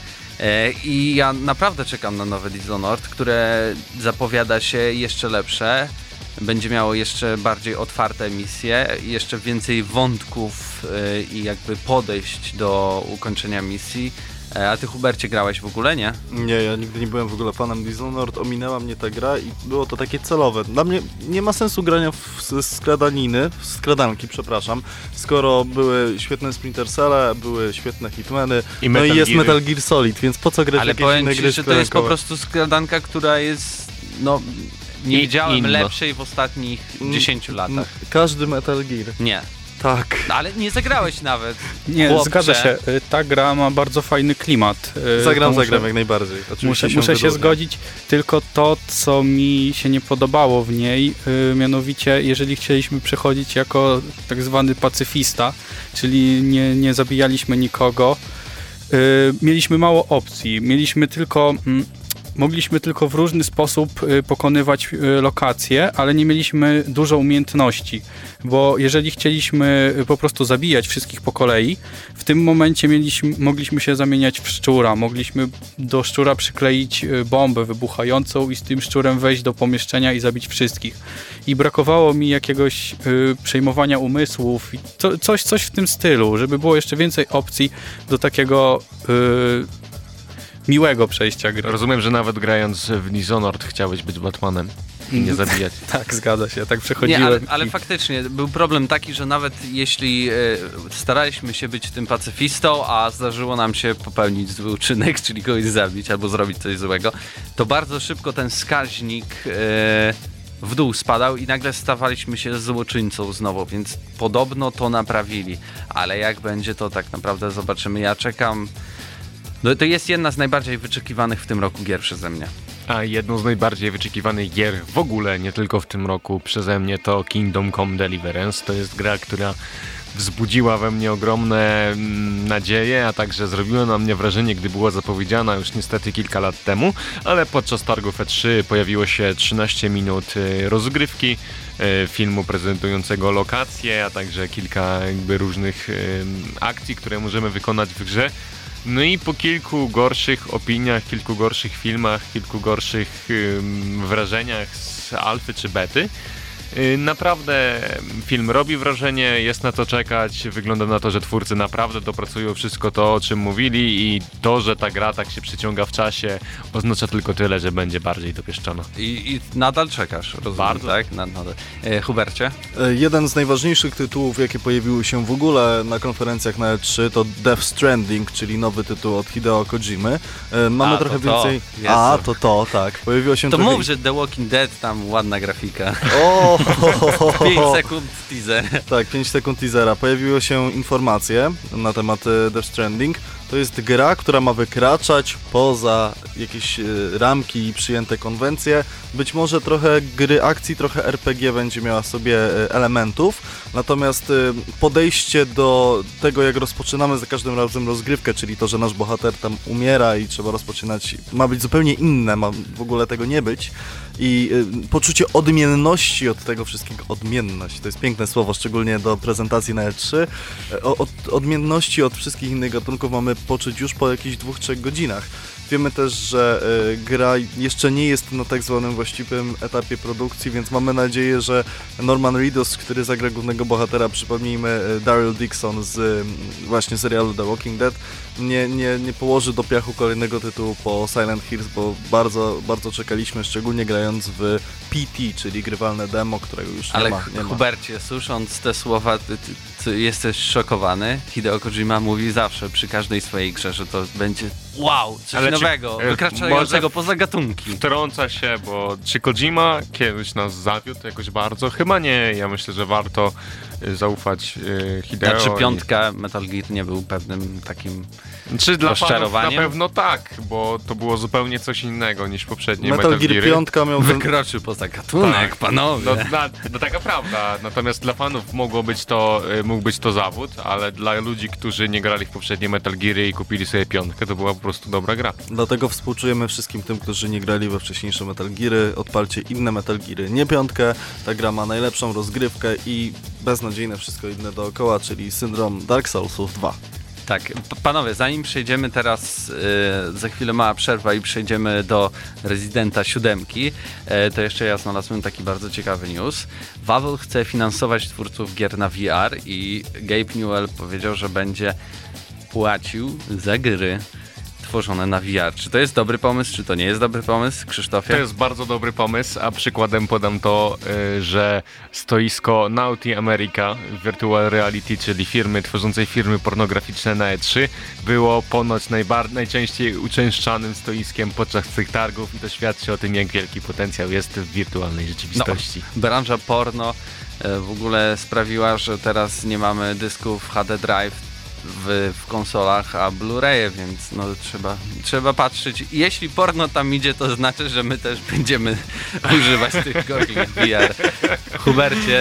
B: I ja naprawdę czekam na nowe Dishonored, które zapowiada się jeszcze lepsze. Będzie miało jeszcze bardziej otwarte misje, jeszcze więcej wątków i jakby podejść do ukończenia misji. A ty, Hubercie, grałeś w ogóle, nie?
C: Nie, ja nigdy nie byłem w ogóle fanem Dishonored, ominęła mnie ta gra i było to takie celowe. Dla mnie nie ma sensu grania w skradanki, skoro były świetne Splinter Celle, były świetne Hitmany, no i jest Metal Gear Solid, więc po co grać w jakieś inne gry? Ale powiem ci, że
B: to jest po prostu skradanka, która jest, no... Nie widziałem lepszej w ostatnich 10 latach.
C: Każdy Metal Gear.
B: Nie.
C: Tak.
B: Ale nie zagrałeś nawet.
E: Nie,
B: chłopcze.
E: Zgadza się. Ta gra ma bardzo fajny klimat.
C: Zagram jak najbardziej.
E: Muszę się zgodzić, tylko to, co mi się nie podobało w niej, mianowicie, jeżeli chcieliśmy przechodzić jako tak zwany pacyfista, czyli nie zabijaliśmy nikogo, mieliśmy mało opcji. Mieliśmy tylko mogliśmy tylko w różny sposób pokonywać lokacje, ale nie mieliśmy dużo umiejętności, bo jeżeli chcieliśmy po prostu zabijać wszystkich po kolei, w tym momencie mogliśmy się zamieniać w szczura, mogliśmy do szczura przykleić bombę wybuchającą i z tym szczurem wejść do pomieszczenia i zabić wszystkich. I brakowało mi jakiegoś przejmowania umysłów, i coś w tym stylu, żeby było jeszcze więcej opcji do takiego miłego przejścia gry.
D: Rozumiem, że nawet grając w Dishonored chciałeś być Batmanem i nie zabijać.
E: Tak, zgadza się, tak przechodziłem.
B: Nie, ale faktycznie był problem taki, że nawet jeśli staraliśmy się być tym pacyfistą, a zdarzyło nam się popełnić zły uczynek, czyli kogoś zabić albo zrobić coś złego, to bardzo szybko ten wskaźnik w dół spadał i nagle stawaliśmy się złoczyńcą znowu, więc podobno to naprawili. Ale jak będzie, to tak naprawdę zobaczymy. Ja czekam. No to jest jedna z najbardziej wyczekiwanych w tym roku gier przeze mnie.
D: A jedną z najbardziej wyczekiwanych gier w ogóle, nie tylko w tym roku przeze mnie, to Kingdom Come Deliverance. To jest gra, która wzbudziła we mnie ogromne nadzieje, a także zrobiła na mnie wrażenie, gdy była zapowiedziana już niestety kilka lat temu, ale podczas targów E3 pojawiło się 13 minut rozgrywki, filmu prezentującego lokacje, a także kilka jakby różnych akcji, które możemy wykonać w grze. No i po kilku gorszych opiniach, kilku gorszych filmach, kilku gorszych wrażeniach z alfy czy bety, naprawdę film robi wrażenie, jest na to czekać, wygląda na to, że twórcy naprawdę dopracują wszystko to, o czym mówili i to, że ta gra tak się przyciąga w czasie, oznacza tylko tyle, że będzie bardziej dopieszczona.
B: I nadal czekasz, rozumiem,
D: bardzo.
B: Tak? Nadal. Hubercie?
C: Jeden z najważniejszych tytułów, jakie pojawiły się w ogóle na konferencjach na E3, to Death Stranding, czyli nowy tytuł od Hideo Kojimy. Mamy trochę więcej... Tak. Pojawiło się
B: To
C: trochę...
B: mów, że The Walking Dead, tam ładna grafika.
C: O,
B: 5 sekund teaser.
C: Tak, 5 sekund teasera. Pojawiły się informacje na temat Death Stranding. To jest gra, która ma wykraczać poza jakieś ramki i przyjęte konwencje. Być może trochę gry akcji, trochę RPG będzie miała sobie elementów. Natomiast podejście do tego, jak rozpoczynamy za każdym razem rozgrywkę, czyli to, że nasz bohater tam umiera i trzeba rozpoczynać, ma być zupełnie inne, ma w ogóle tego nie być. I poczucie odmienności od tego wszystkiego, odmienność, to jest piękne słowo, szczególnie do prezentacji na E3, odmienności od wszystkich innych gatunków mamy poczuć już po jakichś 2-3 godzinach. Wiemy też, że gra jeszcze nie jest na tak zwanym właściwym etapie produkcji, więc mamy nadzieję, że Norman Reedus, który zagra głównego bohatera, przypomnijmy Daryl Dixon z właśnie serialu The Walking Dead, nie położy do piachu kolejnego tytułu po Silent Hills, bo bardzo, bardzo czekaliśmy, szczególnie grając w PT, czyli grywalne demo, którego już nie ma.
B: Hubercie, słysząc te słowa, ty jesteś szokowany. Hideo Kojima mówi zawsze przy każdej swojej grze, że to będzie wow, coś nowego, wykraczającego poza gatunki.
D: Wtrąca się, bo czy Kojima kiedyś nas zawiódł jakoś bardzo? Chyba nie. Ja myślę, że warto zaufać Hideo.
B: Znaczy piątka Metal Gear nie był pewnym takim
D: czy dla fanów na
B: rozczarowaniem?
D: pewno tak, bo to było zupełnie coś innego niż poprzednie
C: Metal Gear
D: Geary.
C: 5 miał ten...
B: Wykroczył poza gatunek, panowie.
D: No taka prawda. Natomiast dla fanów mógł być to zawód, ale dla ludzi, którzy nie grali w poprzednie Metal Geary i kupili sobie piątkę, to była po prostu dobra gra.
C: Dlatego współczujemy wszystkim tym, którzy nie grali we wcześniejsze Metal Geary. Odpalcie inne Metal Geary, nie piątkę. Ta gra ma najlepszą rozgrywkę i beznadziejne wszystko inne dookoła, czyli syndrom Dark Soulsów 2.
B: Tak, panowie, zanim przejdziemy teraz, za chwilę mała przerwa i przejdziemy do Residenta 7, to jeszcze ja znalazłem taki bardzo ciekawy news. Valve chce finansować twórców gier na VR i Gabe Newell powiedział, że będzie płacił za gry tworzone na VR. Czy to jest dobry pomysł, czy to nie jest dobry pomysł, Krzysztofie?
D: To jest bardzo dobry pomysł, a przykładem podam to, że stoisko Naughty America Virtual Reality, czyli tworzącej firmy pornograficzne na E3, było ponoć najczęściej uczęszczanym stoiskiem podczas tych targów i to świadczy o tym, jak wielki potencjał jest w wirtualnej rzeczywistości.
B: No, branża porno w ogóle sprawiła, że teraz nie mamy dysków HD Drive w konsolach, a Blu-raye, więc no trzeba patrzeć. Jeśli porno tam idzie, to znaczy, że my też będziemy używać tych gogli VR. Hubercie,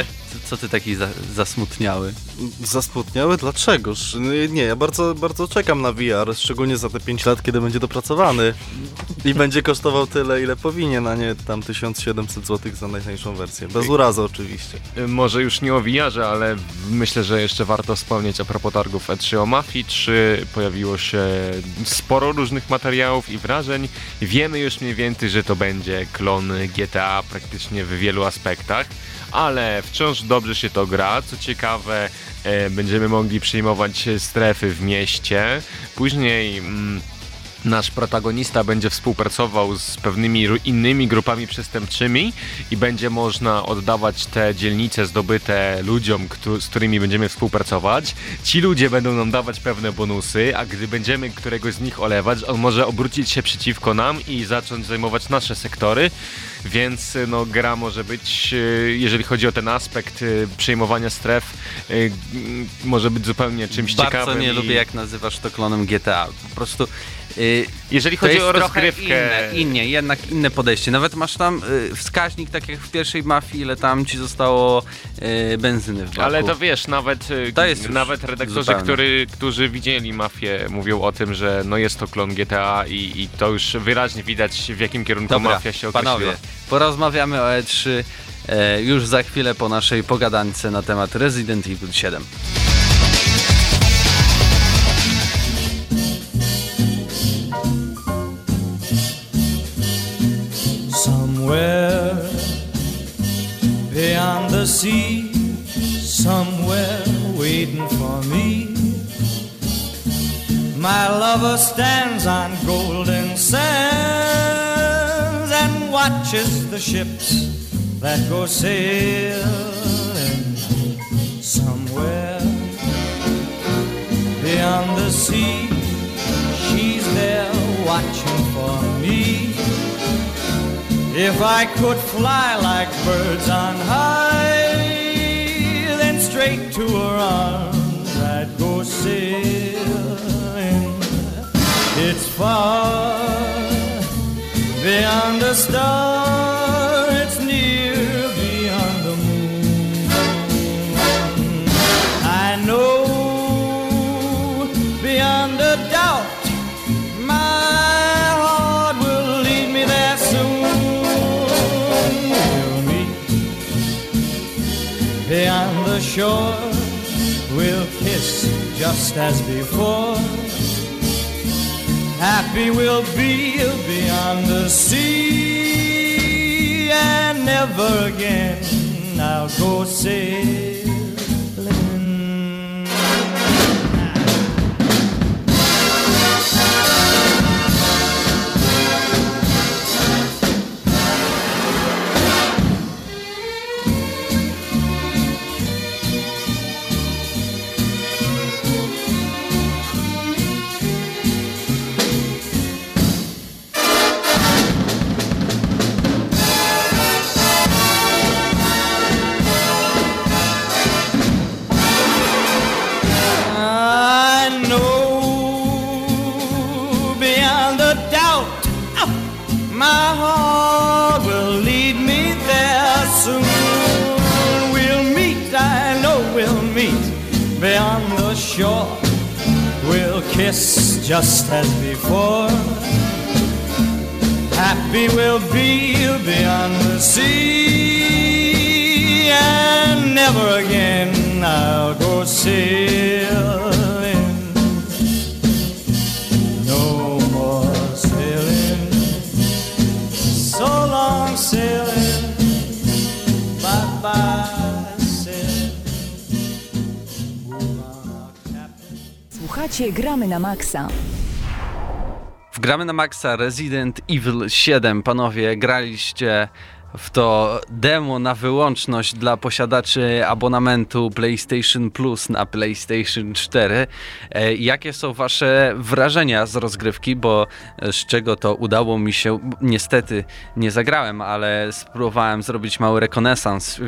B: Co ty taki zasmutniały?
C: Zasmutniały? Dlaczegoż? Nie, ja bardzo, bardzo czekam na VR, szczególnie za te 5 lat, kiedy będzie dopracowany i będzie kosztował tyle, ile powinien, a nie tam 1700 zł za najtańszą wersję. Bez urazy oczywiście.
D: Może już nie o VR-ze, ale myślę, że jeszcze warto wspomnieć a propos targów E3 o Mafii 3. Pojawiło się sporo różnych materiałów i wrażeń. Wiemy już mniej więcej, że to będzie klon GTA praktycznie w wielu aspektach, ale wciąż dobrze się to gra. Co ciekawe, będziemy mogli przyjmować strefy w mieście. Później nasz protagonista będzie współpracował z pewnymi innymi grupami przestępczymi i będzie można oddawać te dzielnice zdobyte ludziom, z którymi będziemy współpracować. Ci ludzie będą nam dawać pewne bonusy, a gdy będziemy któregoś z nich olewać, on może obrócić się przeciwko nam i zacząć zajmować nasze sektory. Więc no, gra może być, jeżeli chodzi o ten aspekt przejmowania stref, może być zupełnie czymś ciekawym.
B: Bardzo nie lubię, jak nazywasz to klonem GTA. Po prostu
D: jeżeli chodzi o rozgrywkę,
B: jednak inne podejście. Nawet masz tam wskaźnik, tak jak w pierwszej Mafii, ile tam ci zostało benzyny w baku.
D: Ale to wiesz, nawet redaktorzy, którzy widzieli Mafię, mówią o tym, że no jest to klon GTA i to już wyraźnie widać, w jakim kierunku Mafia się określiła.
B: Panowie, porozmawiamy o E3 już za chwilę po naszej pogadance na temat Resident Evil 7.
F: Somewhere beyond the sea, somewhere waiting for me, my lover stands on golden sands and watches the ships that go sailing. Somewhere beyond the sea, she's there watching for me. If I could fly like birds on high, then straight to her arms I'd go sailing. It's far beyond a star, it's near beyond the moon. I know beyond a doubt my heart will lead me there soon. We'll meet beyond the shore, we'll kiss just as before. Happy we'll be beyond the sea, and never again I'll go sailing. Beyond the shore, we'll kiss just as before. Happy we'll be beyond the sea, and never again I'll go sailing. No more sailing, so long sailing, bye bye.
A: Słuchacie Gramy na Maxa.
B: W Gramy na Maxa Resident Evil 7, panowie, graliście w to demo na wyłączność dla posiadaczy abonamentu PlayStation Plus na PlayStation 4. Jakie są wasze wrażenia z rozgrywki, bo z czego to udało mi się, niestety nie zagrałem, ale spróbowałem zrobić mały rekonesans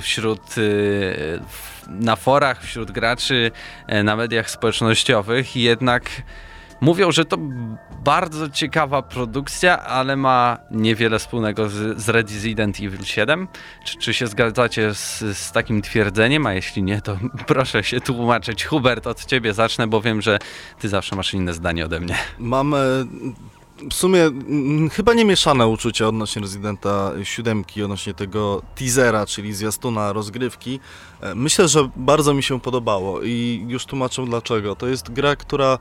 B: na forach, wśród graczy, na mediach społecznościowych i jednak Mówią, że to bardzo ciekawa produkcja, ale ma niewiele wspólnego z Resident Evil 7. Czy się zgadzacie z takim twierdzeniem? A jeśli nie, to proszę się tłumaczyć. Hubert, od ciebie zacznę, bo wiem, że ty zawsze masz inne zdanie ode mnie.
C: Mam w sumie chyba nie mieszane uczucia odnośnie Residenta 7, odnośnie tego teasera, czyli zwiastuna rozgrywki. Myślę, że bardzo mi się podobało i już tłumaczę dlaczego. To jest gra, która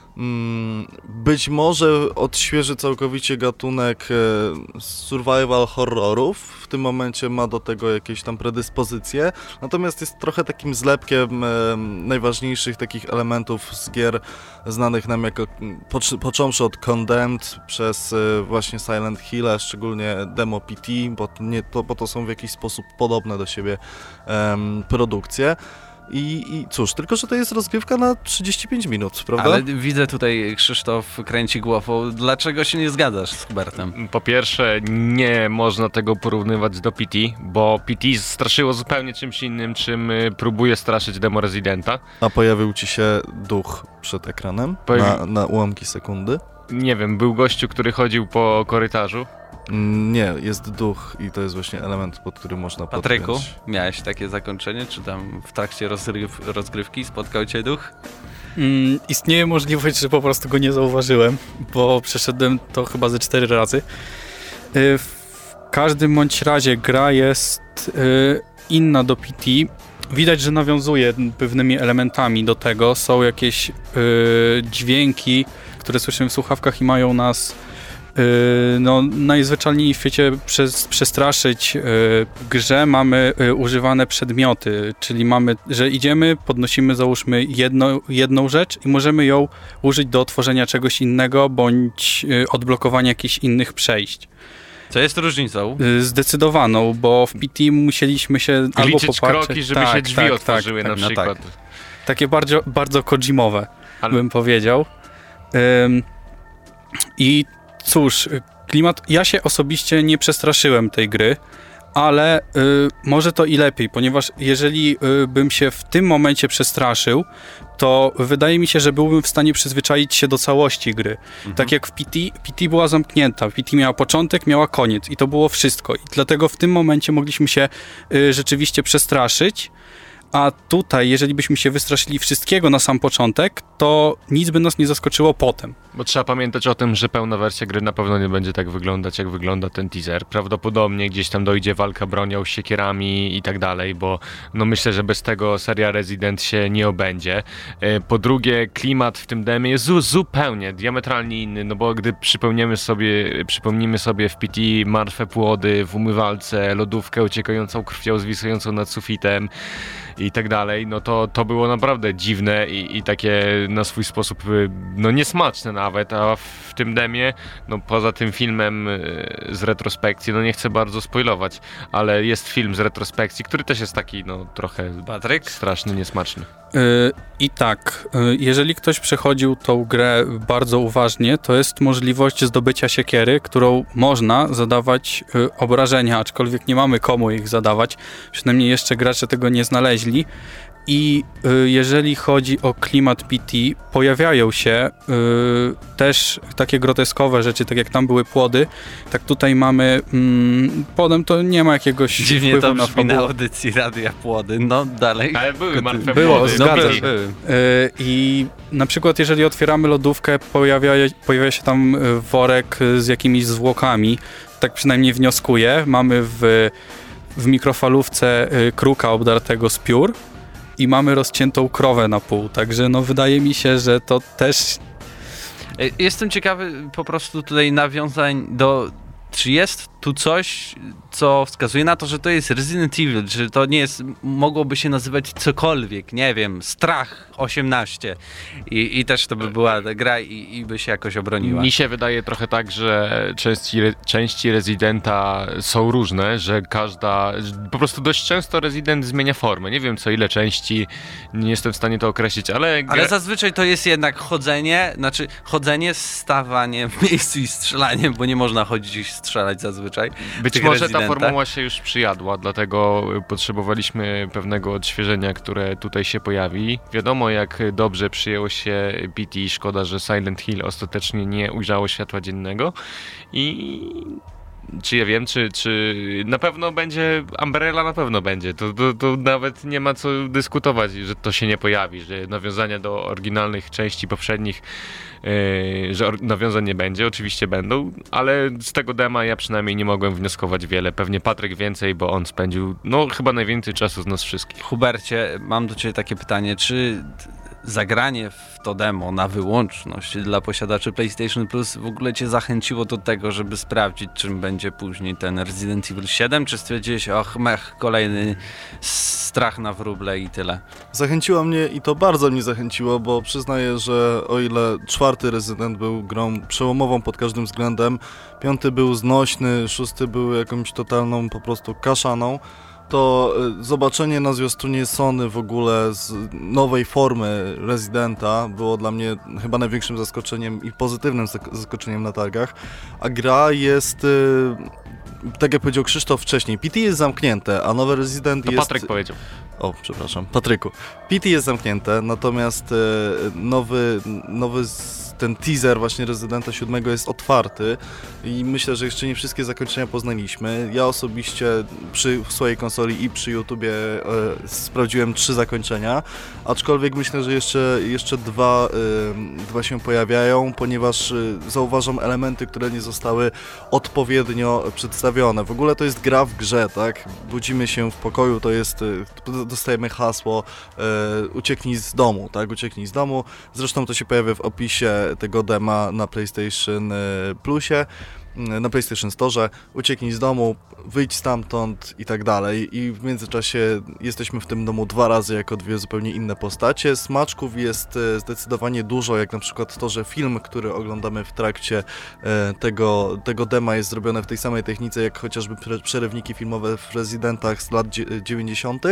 C: być może odświeży całkowicie gatunek survival horrorów. W tym momencie ma do tego jakieś tam predyspozycje, natomiast jest trochę takim zlepkiem najważniejszych takich elementów z gier znanych nam jako, począwszy od Condemned przez właśnie Silent Hill, a szczególnie Demo PT, bo to są w jakiś sposób podobne do siebie produkcje. I cóż, tylko że to jest rozgrywka na 35 minut, prawda?
B: Ale widzę tutaj, Krzysztof kręci głową. Dlaczego się nie zgadzasz z Hubertem?
D: Po pierwsze, nie można tego porównywać do PT, bo PT straszyło zupełnie czymś innym, czym próbuje straszyć demo Residenta.
C: A pojawił ci się duch przed ekranem na ułamki sekundy?
D: Nie wiem, był gościu, który chodził po korytarzu.
C: Nie, jest duch i to jest właśnie element, pod którym można podpiąć.
B: Patryku, miałeś takie zakończenie? Czy tam w trakcie rozgrywki spotkał cię duch?
E: Istnieje możliwość, że po prostu go nie zauważyłem, bo przeszedłem to chyba ze 4 razy. W każdym bądź razie gra jest inna do PT. Widać, że nawiązuje pewnymi elementami do tego. Są jakieś dźwięki, które słyszymy w słuchawkach i mają nas najzwyczajniej w świecie przestraszyć. W grze mamy używane przedmioty, czyli mamy, że idziemy, podnosimy załóżmy jedną rzecz i możemy ją użyć do otworzenia czegoś innego, bądź odblokowania jakichś innych przejść.
B: Co jest różnicą?
E: Zdecydowaną, bo w PT musieliśmy się albo
D: liczyć
E: popatrzeć...
D: kroki, żeby się drzwi otworzyły na przykład.
B: tak.
E: Takie bardzo, bardzo Kojimowe, bym powiedział. I cóż, klimat... Ja się osobiście nie przestraszyłem tej gry, ale może to i lepiej, ponieważ jeżeli bym się w tym momencie przestraszył, to wydaje mi się, że byłbym w stanie przyzwyczaić się do całości gry. Tak jak w PT była zamknięta, PT miała początek, miała koniec i to było wszystko. I dlatego w tym momencie mogliśmy się rzeczywiście przestraszyć, a tutaj, jeżeli byśmy się wystraszyli wszystkiego na sam początek, to nic by nas nie zaskoczyło potem.
D: Bo trzeba pamiętać o tym, że pełna wersja gry na pewno nie będzie tak wyglądać, jak wygląda ten teaser. Prawdopodobnie gdzieś tam dojdzie walka bronią, siekierami i tak dalej, bo no myślę, że bez tego seria Resident się nie obędzie. Po drugie, klimat w tym demie jest zupełnie, diametralnie inny, no bo gdy przypomnimy sobie w PT martwe płody w umywalce, lodówkę uciekającą krwią, zwisującą nad sufitem i tak dalej, no to było naprawdę dziwne i takie na swój sposób no niesmaczne nawet, a w tym demie, no poza tym filmem z retrospekcji, no nie chcę bardzo spoilować, ale jest film z retrospekcji, który też jest taki no trochę
B: Patryk?
D: straszny, niesmaczny.
E: I tak, jeżeli ktoś przechodził tą grę bardzo uważnie, to jest możliwość zdobycia siekiery, którą można zadawać obrażenia, aczkolwiek nie mamy komu ich zadawać, przynajmniej jeszcze gracze tego nie znaleźli. I jeżeli chodzi o klimat PT, pojawiają się też takie groteskowe rzeczy, tak jak tam były płody, tak tutaj mamy płodem to nie ma jakiegoś
B: Dziwnie
E: wpływu
B: to
E: na
B: brzmi na
E: fabułę.
B: audycji Radia Płody, no dalej.
D: Ale były martwe
E: Było,
D: płody.
E: zgadza
B: się.
E: I na przykład jeżeli otwieramy lodówkę, pojawia się tam worek z jakimiś zwłokami, tak przynajmniej wnioskuję. Mamy w mikrofalówce kruka obdartego z piór i mamy rozciętą krowę na pół, także no wydaje mi się, że to też...
B: Jestem ciekawy po prostu tutaj nawiązań do... Czy jest tu coś, co wskazuje na to, że to jest Resident Evil, że to nie jest, mogłoby się nazywać cokolwiek, nie wiem, Strach 18 i też to by była ta gra i by się jakoś obroniła.
D: Mi się wydaje trochę tak, że części Residenta są różne, że po prostu dość często Resident zmienia formę. Nie wiem co ile części, nie jestem w stanie to określić, ale
B: zazwyczaj to jest jednak chodzenie, stawanie w miejscu i strzelanie, bo nie można chodzić i strzelać zazwyczaj. zazwyczaj.
D: Być może ta formuła się już przyjadła, dlatego potrzebowaliśmy pewnego odświeżenia, które tutaj się pojawi. Wiadomo, jak dobrze przyjęło się PT, szkoda, że Silent Hill ostatecznie nie ujrzało światła dziennego i czy ja wiem, czy na pewno będzie, Umbrella na pewno będzie, to nawet nie ma co dyskutować, że to się nie pojawi, że nawiązania do oryginalnych części poprzednich, że nawiązań nie będzie, oczywiście będą, ale z tego dema ja przynajmniej nie mogłem wnioskować wiele, pewnie Patryk więcej, bo on spędził, chyba najwięcej czasu z nas wszystkich.
B: Hubercie, mam do ciebie takie pytanie, czy zagranie w to demo na wyłączność dla posiadaczy PlayStation Plus w ogóle cię zachęciło do tego, żeby sprawdzić, czym będzie później ten Resident Evil 7, czy stwierdziłeś, kolejny strach na wróble i tyle?
C: Zachęciło mnie i to bardzo mnie zachęciło, bo przyznaję, że o ile 4. Resident był grą przełomową pod każdym względem, 5. był znośny, 6. był jakąś totalną po prostu kaszaną, to zobaczenie na zwiastunie Sony w ogóle z nowej formy Residenta było dla mnie chyba największym zaskoczeniem i pozytywnym zaskoczeniem na targach, a gra jest, tak jak powiedział Krzysztof wcześniej, PT jest zamknięte, a nowy Resident
D: to
C: jest...
D: Patryk powiedział.
C: O, przepraszam, Patryku. PT jest zamknięte, natomiast nowy ten teaser właśnie Residenta 7 jest otwarty i myślę, że jeszcze nie wszystkie zakończenia poznaliśmy. Ja osobiście przy swojej konsoli i przy YouTubie sprawdziłem 3 zakończenia, aczkolwiek myślę, że jeszcze dwa się pojawiają, ponieważ zauważam elementy, które nie zostały odpowiednio przedstawione. W ogóle to jest gra w grze, tak? Budzimy się w pokoju, to jest, dostajemy hasło ucieknij z domu, tak? Ucieknij z domu. Zresztą to się pojawia w opisie tego dema na PlayStation Plusie, na PlayStation Store, ucieknij z domu, wyjdź stamtąd i tak dalej. I w międzyczasie jesteśmy w tym domu 2 razy jako 2 zupełnie inne postacie. Smaczków jest zdecydowanie dużo, jak na przykład to, że film, który oglądamy w trakcie tego dema jest zrobiony w tej samej technice, jak chociażby przerywniki filmowe w Residentach z lat 90.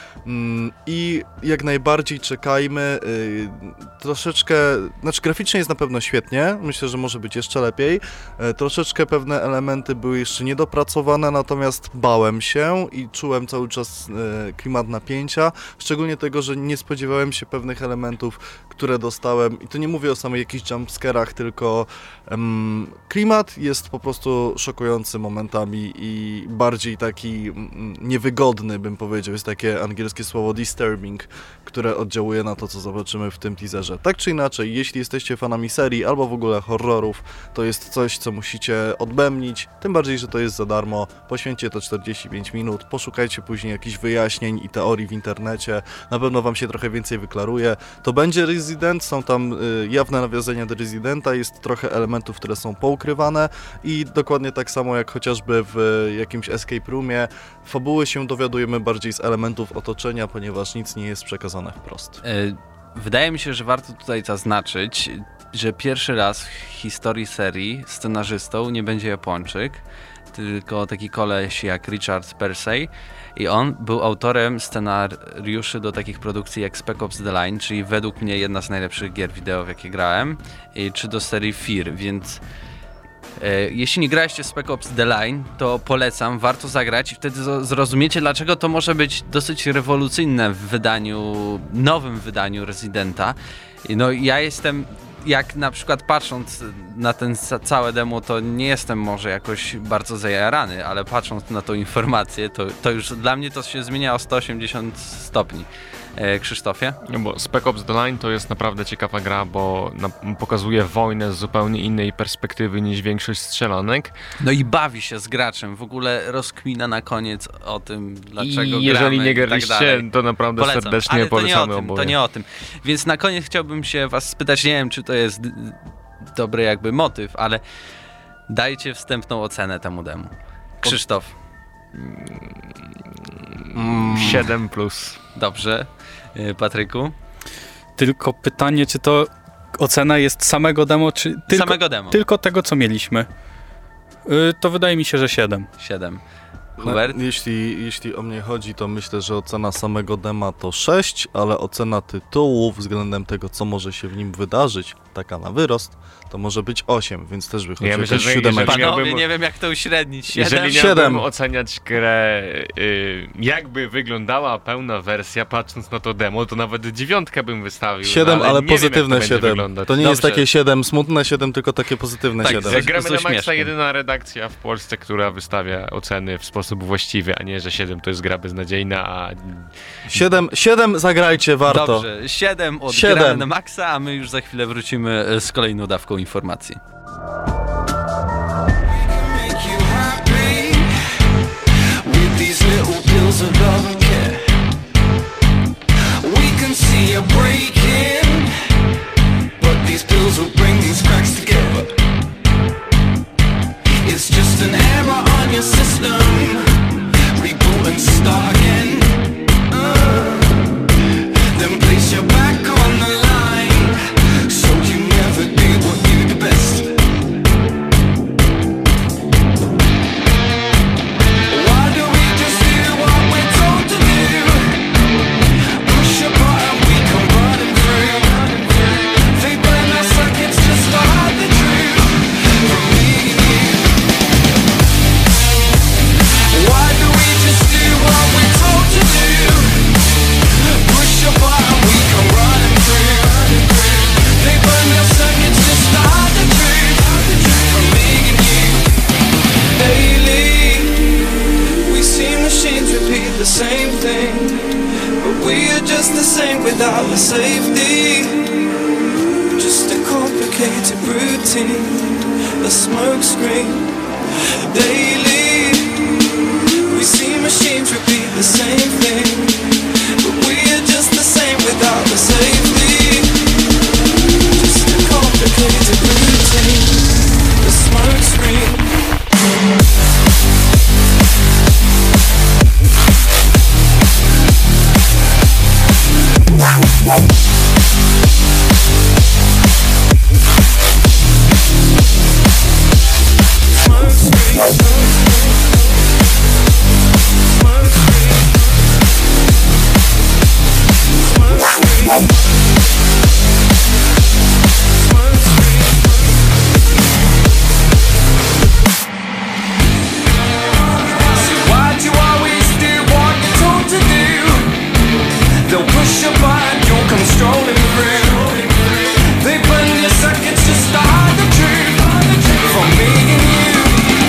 C: I jak najbardziej czekajmy. Troszeczkę, znaczy graficznie jest na pewno świetnie, myślę, że może być jeszcze lepiej. Troszeczkę pewne elementy były jeszcze niedopracowane, natomiast bałem się i czułem cały czas klimat napięcia, szczególnie tego, że nie spodziewałem się pewnych elementów, które dostałem i to nie mówię o samych jakichś jumpscarach, tylko klimat jest po prostu szokujący momentami i bardziej taki niewygodny, bym powiedział, jest takie angielskie słowo disturbing, które oddziałuje na to, co zobaczymy w tym teaserze. Tak czy inaczej, jeśli jesteście fanami serii albo w ogóle horrorów, to jest coś, co musicie odbębnić, tym bardziej, że to jest za darmo, poświęćcie to 45 minut, poszukajcie później jakichś wyjaśnień i teorii w internecie, na pewno wam się trochę więcej wyklaruje. To będzie Resident, są tam jawne nawiązania do Residenta, jest trochę elementów, które są poukrywane i dokładnie tak samo jak chociażby w jakimś escape roomie, fabuły się dowiadujemy bardziej z elementów otoczenia, ponieważ nic nie jest przekazane wprost.
B: Wydaje mi się, że warto tutaj zaznaczyć, że pierwszy raz w historii serii scenarzystą nie będzie Japończyk, tylko taki koleś jak Richard Persey i on był autorem scenariuszy do takich produkcji jak Spec Ops The Line, czyli według mnie jedna z najlepszych gier wideo, w jakie grałem, czy do serii Fear, więc jeśli nie graliście w Spec Ops The Line, to polecam, warto zagrać i wtedy zrozumiecie, dlaczego to może być dosyć rewolucyjne w nowym wydaniu Residenta. No ja jestem, jak na przykład patrząc na ten całe demo, to nie jestem może jakoś bardzo zajarany, ale patrząc na tą informację, to już dla mnie to się zmienia o 180 stopni. Krzysztofie?
D: Bo Spec Ops The Line to jest naprawdę ciekawa gra, bo pokazuje wojnę z zupełnie innej perspektywy niż większość strzelanek.
B: No i bawi się z graczem, w ogóle rozkmina na koniec o tym, dlaczego
D: I jeżeli
B: gramy
D: nie graliście, to naprawdę
B: polecam.
D: serdecznie
B: ale
D: polecamy oboje.
B: To nie o tym. Więc na koniec chciałbym się was spytać, nie wiem, czy to jest dobry jakby motyw, ale dajcie wstępną ocenę temu demu. Krzysztof.
D: 7+.
B: Dobrze. Patryku?
E: Tylko pytanie, czy to ocena jest samego demo, czy
B: samego demo.
E: Tylko tego, co mieliśmy. To wydaje mi się, że 7.
B: 7. Hubert?
C: Jeśli o mnie chodzi, to myślę, że ocena samego dema to 6, ale ocena tytułu względem tego, co może się w nim wydarzyć, taka na wyrost, to może być 8, więc też wychodzi
D: Ja myślę,
C: jakaś
D: że
C: 7.
D: jeżeli
B: Panowie, nie wiem jak to uśrednić.
D: Jeżeli
C: 7.
D: miałbym oceniać grę, jakby wyglądała pełna wersja, patrząc na to demo, to nawet 9 bym wystawił.
C: 7,
D: no,
C: ale
D: nie
C: pozytywne
D: wiem, jak to będzie
C: 7.
D: wyglądać.
C: To nie jest
B: Dobrze.
C: takie 7 smutne 7, tylko takie pozytywne
B: Tak,
C: 7.
D: Gramy
B: z
D: na Maxa,
B: uśmieszkiem.
D: jedyna redakcja w Polsce, która wystawia oceny w sposób właściwy, a nie, że 7 to jest gra beznadziejna, a
C: 7 zagrajcie, warto.
B: Dobrze, 7 od
C: 7.
B: Gramy na Maxa, a my już za chwilę wrócimy z kolejną dawką informacji.
F: Make you happy with these little pills of love and care. We can see a breaking, but these pills will bring these cracks together. It's just an error on your system. Reboot and start again. Then place your back on the line, so you never did what you do best. Why do we just do what we're told to do? Push a button, we come running through. They burn our circuits just to hide the truth from me and you. Why do we just do what we're told to do? Push a button, we come running through. They burn our circuits just to hide the truth from me and you. Daily, we see machines repeat the same thing, but we are just the same without the safety. Just a complicated routine, a smoke screen. Daily, we see machines repeat the same thing, but we are just the same without the safety. Just a complicated routine, a smoke screen. Smoke screen. Smoke screen. Smoke screen. Smoke screen. Why'd you always do what you're told to do? They'll push a button, you'll come strolling through. They burn your circuits just to hide the truth from me and you.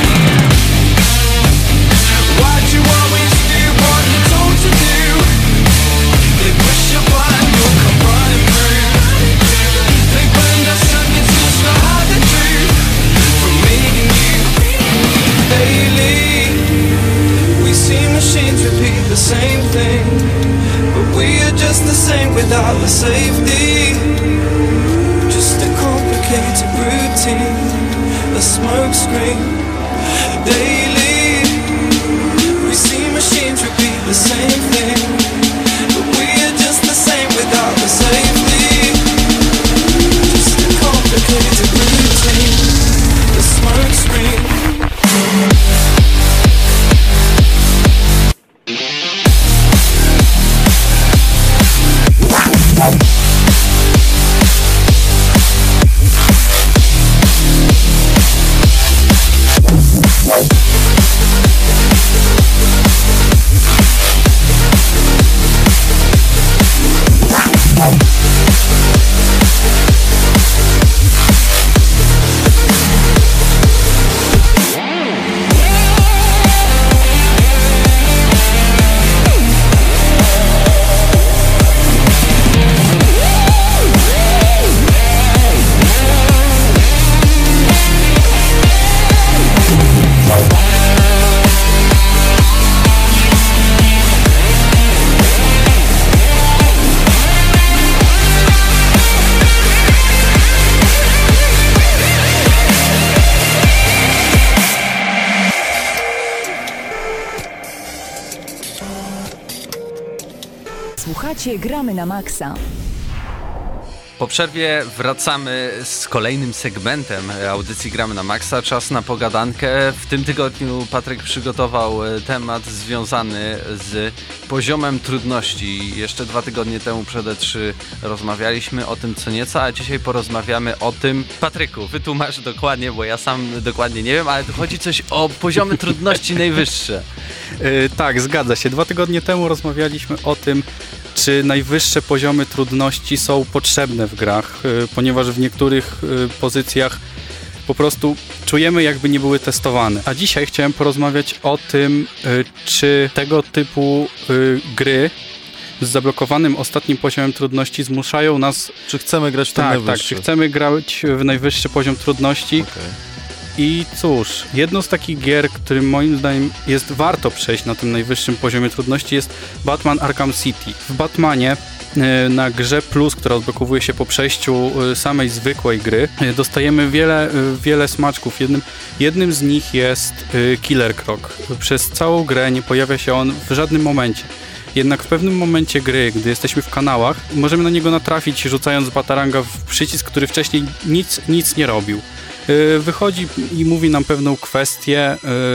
F: Why'd you always do what you're told to do? They push a button, you'll come running through. They burn your circuits just to hide the truth from me and you. Daily, we see machines repeat the same thing, but we are just the same without the safety. Just a complicated routine, a smoke screen. Daily, we see machines repeat the same thing, but we are just the same without the safety. Just a complicated routine, a smoke screen.
A: Słuchacie Gramy na Maxa.
B: Po przerwie wracamy z kolejnym segmentem audycji Gramy na Maxa. Czas na pogadankę. W tym tygodniu Patryk przygotował temat związany z poziomem trudności. Jeszcze 2 tygodnie temu przed E3 rozmawialiśmy o tym co nieco, a dzisiaj porozmawiamy o tym. Patryku, wytłumacz dokładnie, bo ja sam dokładnie nie wiem, ale tu chodzi coś o poziomy trudności najwyższe.
E: Tak, zgadza się. 2 tygodnie temu rozmawialiśmy o tym, czy najwyższe poziomy trudności są potrzebne w grach, ponieważ w niektórych pozycjach po prostu czujemy, jakby nie były testowane. A dzisiaj chciałem porozmawiać o tym, czy tego typu gry z zablokowanym ostatnim poziomem trudności zmuszają nas...
C: Czy chcemy grać w ten najwyższy?
E: Tak, czy chcemy grać w najwyższy poziom trudności.
C: Okay.
E: I cóż, jedną z takich gier, którym moim zdaniem jest warto przejść na tym najwyższym poziomie trudności, jest Batman Arkham City. W Batmanie na grze Plus, która odblokowuje się po przejściu samej zwykłej gry, dostajemy wiele smaczków. Jednym z nich jest Killer Croc. Przez całą grę nie pojawia się on w żadnym momencie. Jednak w pewnym momencie gry, gdy jesteśmy w kanałach, możemy na niego natrafić, rzucając bataranga w przycisk, który wcześniej nic nie robił. Wychodzi i mówi nam pewną kwestię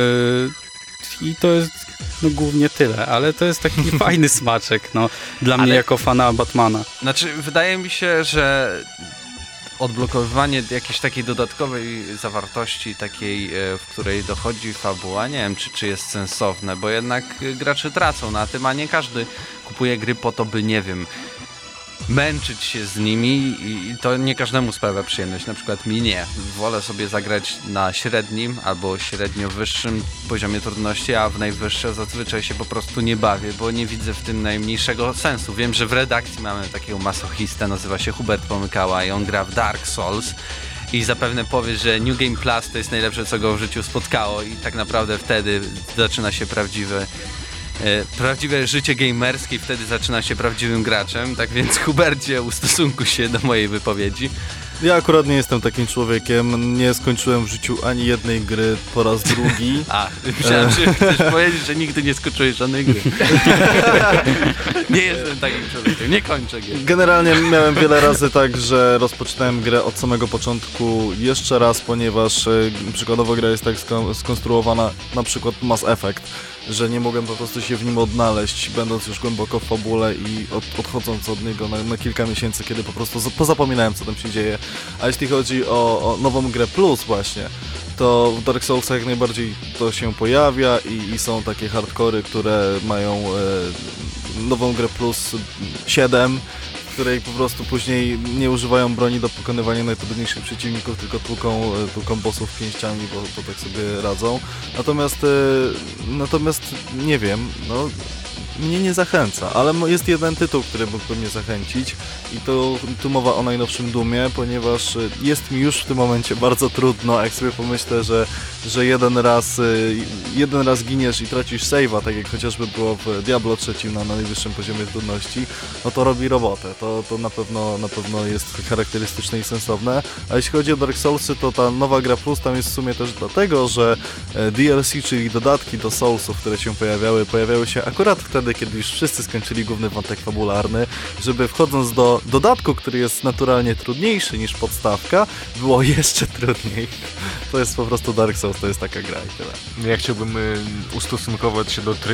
E: i to jest głównie tyle, ale to jest taki fajny smaczek dla mnie jako fana Batmana.
B: Znaczy, wydaje mi się, że odblokowywanie jakiejś takiej dodatkowej zawartości, takiej, w której dochodzi fabuła, nie wiem, czy jest sensowne, bo jednak gracze tracą na tym, a nie każdy kupuje gry po to, by, nie wiem, męczyć się z nimi i to nie każdemu sprawia przyjemność, na przykład mi nie. Wolę sobie zagrać na średnim albo średnio wyższym poziomie trudności, a w najwyższe zazwyczaj się po prostu nie bawię, bo nie widzę w tym najmniejszego sensu. Wiem, że w redakcji mamy takiego masochistę, nazywa się Hubert Pomykała i on gra w Dark Souls i zapewne powie, że New Game Plus to jest najlepsze, co go w życiu spotkało i tak naprawdę wtedy zaczyna się prawdziwe życie gamerskie i wtedy zaczyna się prawdziwym graczem, tak więc Hubercie, ustosunkuj się do mojej wypowiedzi.
C: Ja akurat nie jestem takim człowiekiem, nie skończyłem w życiu ani jednej gry po raz drugi.
B: Myślałem, że chcesz powiedzieć, że nigdy nie skończyłeś żadnej gry. Nie jestem takim człowiekiem, nie kończę gier.
C: Generalnie miałem wiele razy tak, że rozpoczynałem grę od samego początku jeszcze raz, ponieważ przykładowo gra jest tak skonstruowana, na przykład Mass Effect, że nie mogłem po prostu się w nim odnaleźć, będąc już głęboko w fabule i odchodząc od niego na kilka miesięcy, kiedy po prostu pozapominałem, co tam się dzieje. A jeśli chodzi o nową grę Plus właśnie, to w Dark Soulsach jak najbardziej to się pojawia i są takie hardkory, które mają nową grę Plus 7, w której po prostu później nie używają broni do pokonywania najtrudniejszych przeciwników, tylko tłuką bossów pięściami, bo tak sobie radzą. Natomiast nie wiem, mnie nie zachęca, ale jest jeden tytuł, który mógłby mnie zachęcić i to tu mowa o najnowszym Doomie, ponieważ jest mi już w tym momencie bardzo trudno, jak sobie pomyślę, że jeden raz giniesz i tracisz save'a, tak jak chociażby było w Diablo 3 na najwyższym poziomie trudności, no to robi robotę, to na pewno jest charakterystyczne i sensowne, a jeśli chodzi o Dark Soulsy, to ta nowa gra Plus tam jest w sumie też dlatego, że DLC, czyli dodatki do Soulsów, które się pojawiały się akurat wtedy, kiedy już wszyscy skończyli główny wątek fabularny, żeby wchodząc do dodatku, który jest naturalnie trudniejszy niż podstawka, było jeszcze trudniej. To jest po prostu Dark Souls, to jest taka gra i tyle.
D: Ja chciałbym ustosunkować się do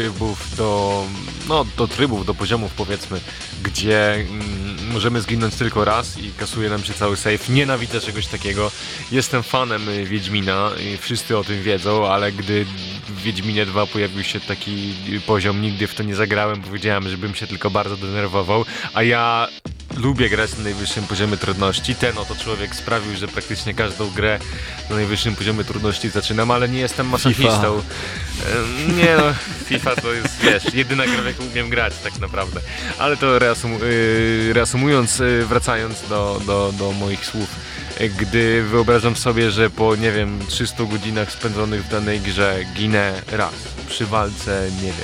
D: trybów, do poziomów powiedzmy, gdzie możemy zginąć tylko raz i kasuje nam się cały save. Nienawidzę czegoś takiego. Jestem fanem Wiedźmina i wszyscy o tym wiedzą, ale gdy w Wiedźminie 2 pojawił się taki poziom, nigdy w to nie zagrałem, powiedziałem, żebym się tylko bardzo denerwował, a ja lubię grać na najwyższym poziomie trudności. Ten oto człowiek sprawił, że praktycznie każdą grę na najwyższym poziomie trudności zaczynam, ale nie jestem masochistą. Nie no, FIFA to jest, jedyna gra, w jaką umiem grać tak naprawdę. Ale to reasumując, wracając do moich słów, gdy wyobrażam sobie, że po, 300 godzinach spędzonych w danej grze ginę raz przy walce,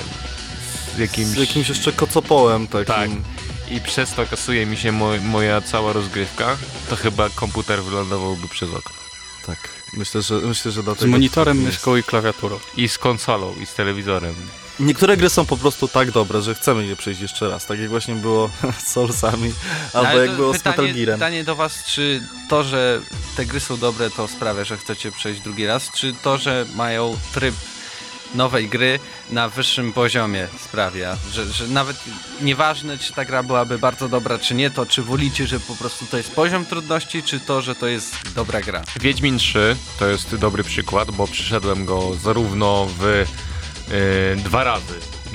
D: z
C: jakimś jeszcze kocopołem takim.
D: Tak. I przez to kasuje mi się moja cała rozgrywka, to chyba komputer wylądowałby przez okno.
C: Tak, myślę, że dlatego...
E: Z monitorem, myszką i klawiaturą.
D: I z konsolą, i z telewizorem.
C: Niektóre gry są po prostu tak dobre, że chcemy je przejść jeszcze raz, tak jak właśnie było z Soulsami, albo
B: Ale
C: jak
B: to
C: było z Metal Gearem.
B: Pytanie do was, czy to, że te gry są dobre, to sprawia, że chcecie przejść drugi raz, czy to, że mają tryb nowej gry na wyższym poziomie sprawia, że nawet nieważne, czy ta gra byłaby bardzo dobra, czy nie, to czy wolicie, że po prostu to jest poziom trudności, czy to, że to jest dobra gra?
D: Wiedźmin 3 to jest dobry przykład, bo przyszedłem go zarówno w 2 razy.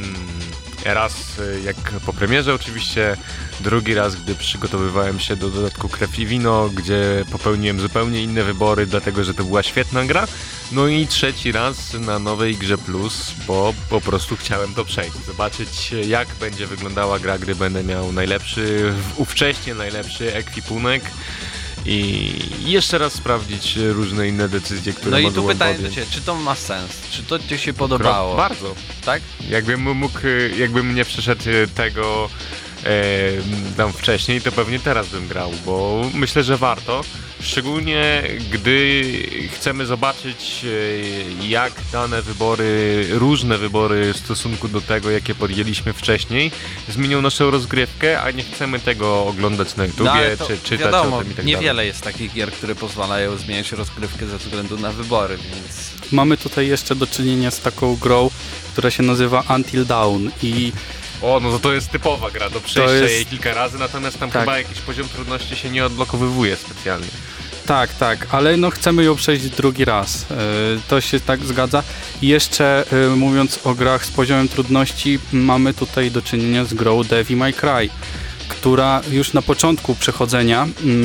D: Raz jak po premierze oczywiście, drugi raz, gdy przygotowywałem się do dodatku Krew i Wino, gdzie popełniłem zupełnie inne wybory, dlatego że to była świetna gra. No i trzeci raz na nowej grze Plus, bo po prostu chciałem to przejść, zobaczyć jak będzie wyglądała gra, gdy będę miał ówcześnie najlepszy ekwipunek. I jeszcze raz sprawdzić różne inne decyzje, które mogłem
B: No i tu pytanie
D: podjąć.
B: do ciebie, czy to ma sens? Czy to ci się podobało?
D: Bardzo.
B: Tak?
D: Jakbym nie przeszedł tego tam wcześniej, to pewnie teraz bym grał, bo myślę, że warto. Szczególnie gdy chcemy zobaczyć, jak dane wybory, różne wybory w stosunku do tego, jakie podjęliśmy wcześniej, zmienią naszą rozgrywkę, a nie chcemy tego oglądać na YouTubie,
B: ale to
D: czy czytać
B: wiadomo,
D: o tym i tak
B: niewiele
D: dalej.
B: jest takich gier, które pozwalają zmieniać rozgrywkę ze względu na wybory, więc...
E: Mamy tutaj jeszcze do czynienia z taką grą, która się nazywa Until Dawn i
D: O, no to jest typowa gra do przejścia
E: jest-
D: jej kilka razy, natomiast tam
E: Tak.
D: chyba jakiś poziom trudności się nie odblokowywuje specjalnie.
E: tak, ale no chcemy ją przejść drugi raz. To się tak zgadza. I jeszcze mówiąc o grach z poziomem trudności, mamy tutaj do czynienia z grą Devil May Cry, która już na początku przechodzenia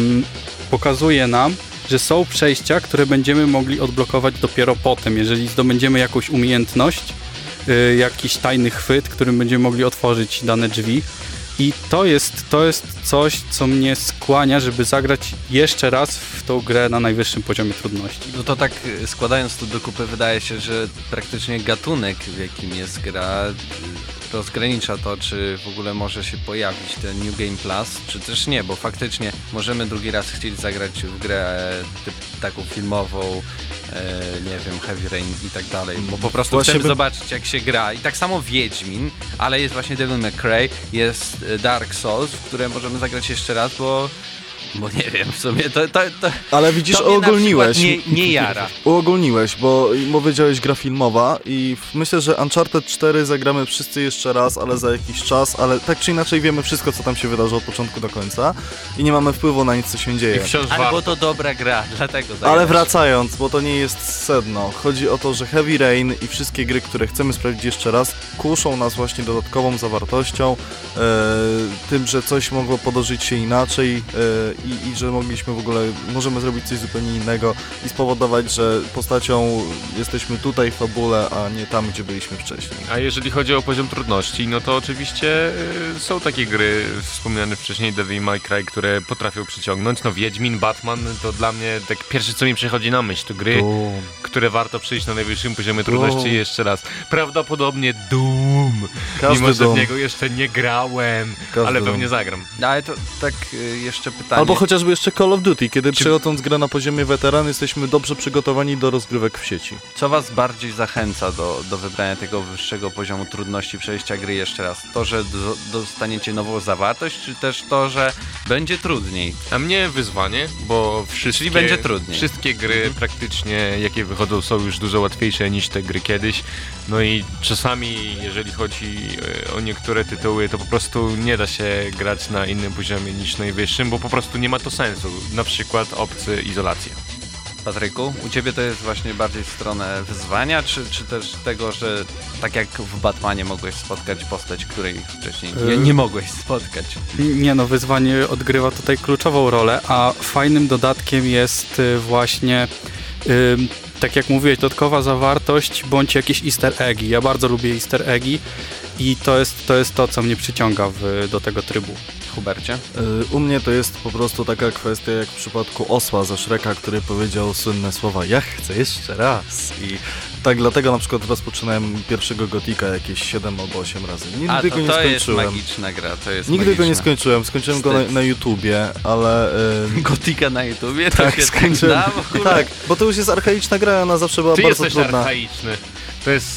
E: pokazuje nam, że są przejścia, które będziemy mogli odblokować dopiero potem, jeżeli zdobędziemy jakąś umiejętność, jakiś tajny chwyt, którym będziemy mogli otworzyć dane drzwi. I to jest coś, co mnie skłania, żeby zagrać jeszcze raz w tą grę na najwyższym poziomie trudności.
B: No to tak składając to do kupy, wydaje się, że praktycznie gatunek, w jakim jest gra, rozgranicza to, czy w ogóle może się pojawić ten New Game Plus, czy też nie, bo faktycznie możemy drugi raz chcieć zagrać w grę taką filmową, nie wiem, Heavy Rain i tak dalej, bo po prostu
C: Właśnie
B: chcemy zobaczyć, jak się gra. I tak samo Wiedźmin, ale jest właśnie Devil May Cry, jest Dark Souls, w które możemy zagrać jeszcze raz, bo nie wiem, w sumie to
C: Ale widzisz,
B: to mnie na
C: uogólniłeś.
B: przykład nie jara.
C: Uogólniłeś, bo powiedziałeś gra filmowa i myślę, że Uncharted 4 zagramy wszyscy jeszcze raz, ale za jakiś czas, ale tak czy inaczej wiemy wszystko, co tam się wydarzy od początku do końca i nie mamy wpływu na nic, co się dzieje.
D: I wciąż
B: Ale
D: warto.
B: bo to dobra gra, dlatego
C: Ale
B: zagrać.
C: wracając, bo to nie jest sedno, chodzi o to, że Heavy Rain i wszystkie gry, które chcemy sprawdzić jeszcze raz, kuszą nas właśnie dodatkową zawartością, tym, że coś mogło podążyć się inaczej i że mogliśmy w ogóle, możemy zrobić coś zupełnie innego i spowodować, że postacią jesteśmy tutaj w fabule, a nie tam, gdzie byliśmy wcześniej.
D: A jeżeli chodzi o poziom trudności, no to oczywiście są takie gry, wspomniane wcześniej Devil May Cry, które potrafią przyciągnąć. No Wiedźmin, Batman, to dla mnie tak pierwsze, co mi przychodzi na myśl, to gry, które warto przejść na najwyższym poziomie trudności jeszcze raz. Prawdopodobnie Doom, mimo że w niego jeszcze nie grałem, ale pewnie zagram.
B: No, ale to tak jeszcze pytanie.
C: Albo chociażby jeszcze Call of Duty, kiedy przechodząc grę na poziomie weteran jesteśmy dobrze przygotowani do rozgrywek w sieci.
B: Co was bardziej zachęca do wybrania tego wyższego poziomu trudności przejścia gry jeszcze raz? To, że dostaniecie nową zawartość, czy też to, że będzie trudniej?
D: A mnie wyzwanie, bo
B: Czyli będzie trudniej.
D: Wszystkie gry praktycznie, jakie wychodzą, są już dużo łatwiejsze niż te gry kiedyś. No i czasami, jeżeli chodzi o niektóre tytuły, to po prostu nie da się grać na innym poziomie niż najwyższym, bo po prostu nie ma to sensu. Na przykład Obcy, Izolacja.
B: Patryku, u ciebie to jest właśnie bardziej w stronę wyzwania, czy też tego, że tak jak w Batmanie mogłeś spotkać postać, której wcześniej nie mogłeś spotkać?
E: Nie no, wyzwanie odgrywa tutaj kluczową rolę, a fajnym dodatkiem jest właśnie, tak jak mówiłeś, dodatkowa zawartość bądź jakieś easter eggi. Ja bardzo lubię easter eggi i to jest to, co mnie przyciąga do tego trybu.
B: Hubercie?
C: U mnie to jest po prostu taka kwestia jak w przypadku osła ze Shreka, który powiedział słynne słowa "ja chcę jeszcze raz" i tak dlatego na przykład rozpoczynałem pierwszego Gotika jakieś 7 albo 8 razy. Nigdy go nie
B: to jest
C: skończyłem.
B: magiczna gra, to jest
C: Nigdy
B: magiczna.
C: go nie skończyłem, skończyłem go
B: Wstyd.
C: na YouTubie, ale...
B: Gotika na YouTubie? To
C: tak,
B: się
C: skończyłem.
B: tak da w ogóle?
C: Tak, bo to już jest archaiczna gra, ona zawsze była
D: Ty
C: bardzo
D: jesteś
C: trudna.
D: archaiczny. To jest...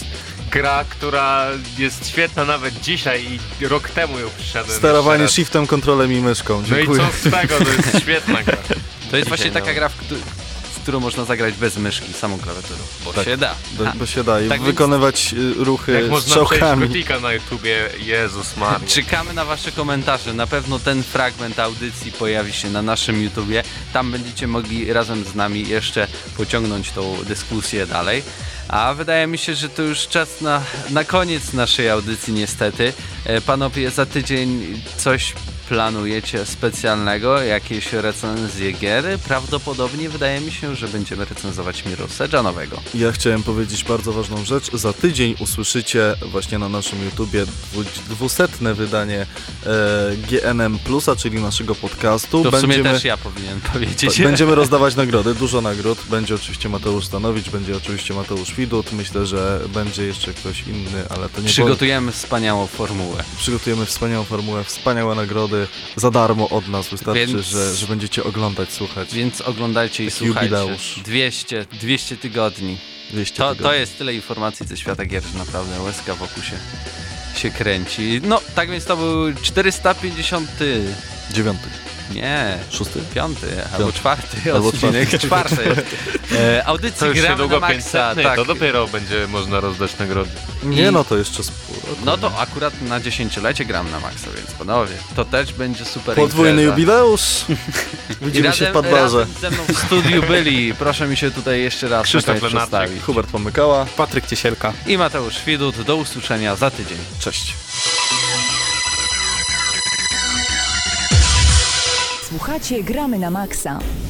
D: gra, która jest świetna nawet dzisiaj i rok temu ją przyszedłem.
C: Sterowanie
D: jeszcze raz.
C: shiftem, kontrolem i myszką.
D: No i
C: Dziękuję.
D: co z tego, to jest świetna gra.
B: To jest właśnie taka gra, w którą można zagrać bez myszki, samą klawiaturą, bo
C: Tak.
B: się da.
C: Bo się da i
B: Tak
C: wykonywać ruchy
D: Jak można przejść
C: strzałkami.
D: Gotika na YouTubie, Jezus Maria.
B: Czekamy na wasze komentarze. Na pewno ten fragment audycji pojawi się na naszym YouTubie. Tam będziecie mogli razem z nami jeszcze pociągnąć tą dyskusję dalej. A wydaje mi się, że to już czas na koniec naszej audycji niestety. Panowie, za tydzień coś planujecie specjalnego? Jakieś recenzje gier? Prawdopodobnie wydaje mi się, że będziemy recenzować Mirror's nowego.
C: Ja chciałem powiedzieć bardzo ważną rzecz. Za tydzień usłyszycie właśnie na naszym YouTubie 200. wydanie GNM Plusa, czyli naszego podcastu.
B: To w sumie też ja powinien powiedzieć.
C: Będziemy rozdawać nagrody, dużo nagród. Będzie oczywiście Mateusz Stanowicz, będzie oczywiście Mateusz Widut. Myślę, że będzie jeszcze ktoś inny, ale to nie
B: Przygotujemy wspaniałą formułę.
C: Przygotujemy wspaniałą formułę, wspaniałe nagrody za darmo od nas. Wystarczy,
B: Więc-
C: że będziecie oglądać, słuchać.
B: Więc oglądajcie i
C: Taki
B: słuchajcie.
C: jubileusz.
B: 200 tygodni.
C: 200
B: To
C: tygodni.
B: jest tyle informacji ze świata gier, że naprawdę łezka wokół się kręci. No, tak więc to był 450.
C: 9.
B: Nie,
C: 6.
B: 5. albo 4.
C: Albo
B: odcinek, 4. Audycji
D: To już
B: gramy
D: niedługo
B: na maksa.
D: 500,
B: Tak.
D: to dopiero będzie można rozdać nagrody.
C: Nie no, to jeszcze sporo.
B: No to akurat na 10-lecie gram na maksa, więc panowie, to też będzie super
C: Podwójny
B: impreza.
C: jubileusz.
B: I
C: Widzimy się w Padbarze.
B: razem ze mną w studiu byli, proszę mi się tutaj jeszcze raz
D: Krzysztof
B: na koniec
D: Lenarczyk.
B: przedstawić.
C: Hubert Pomykała.
E: Patryk Ciesielka.
B: I Mateusz Widut, do usłyszenia za tydzień.
C: Cześć.
A: Słuchacie Gramy na Maxa.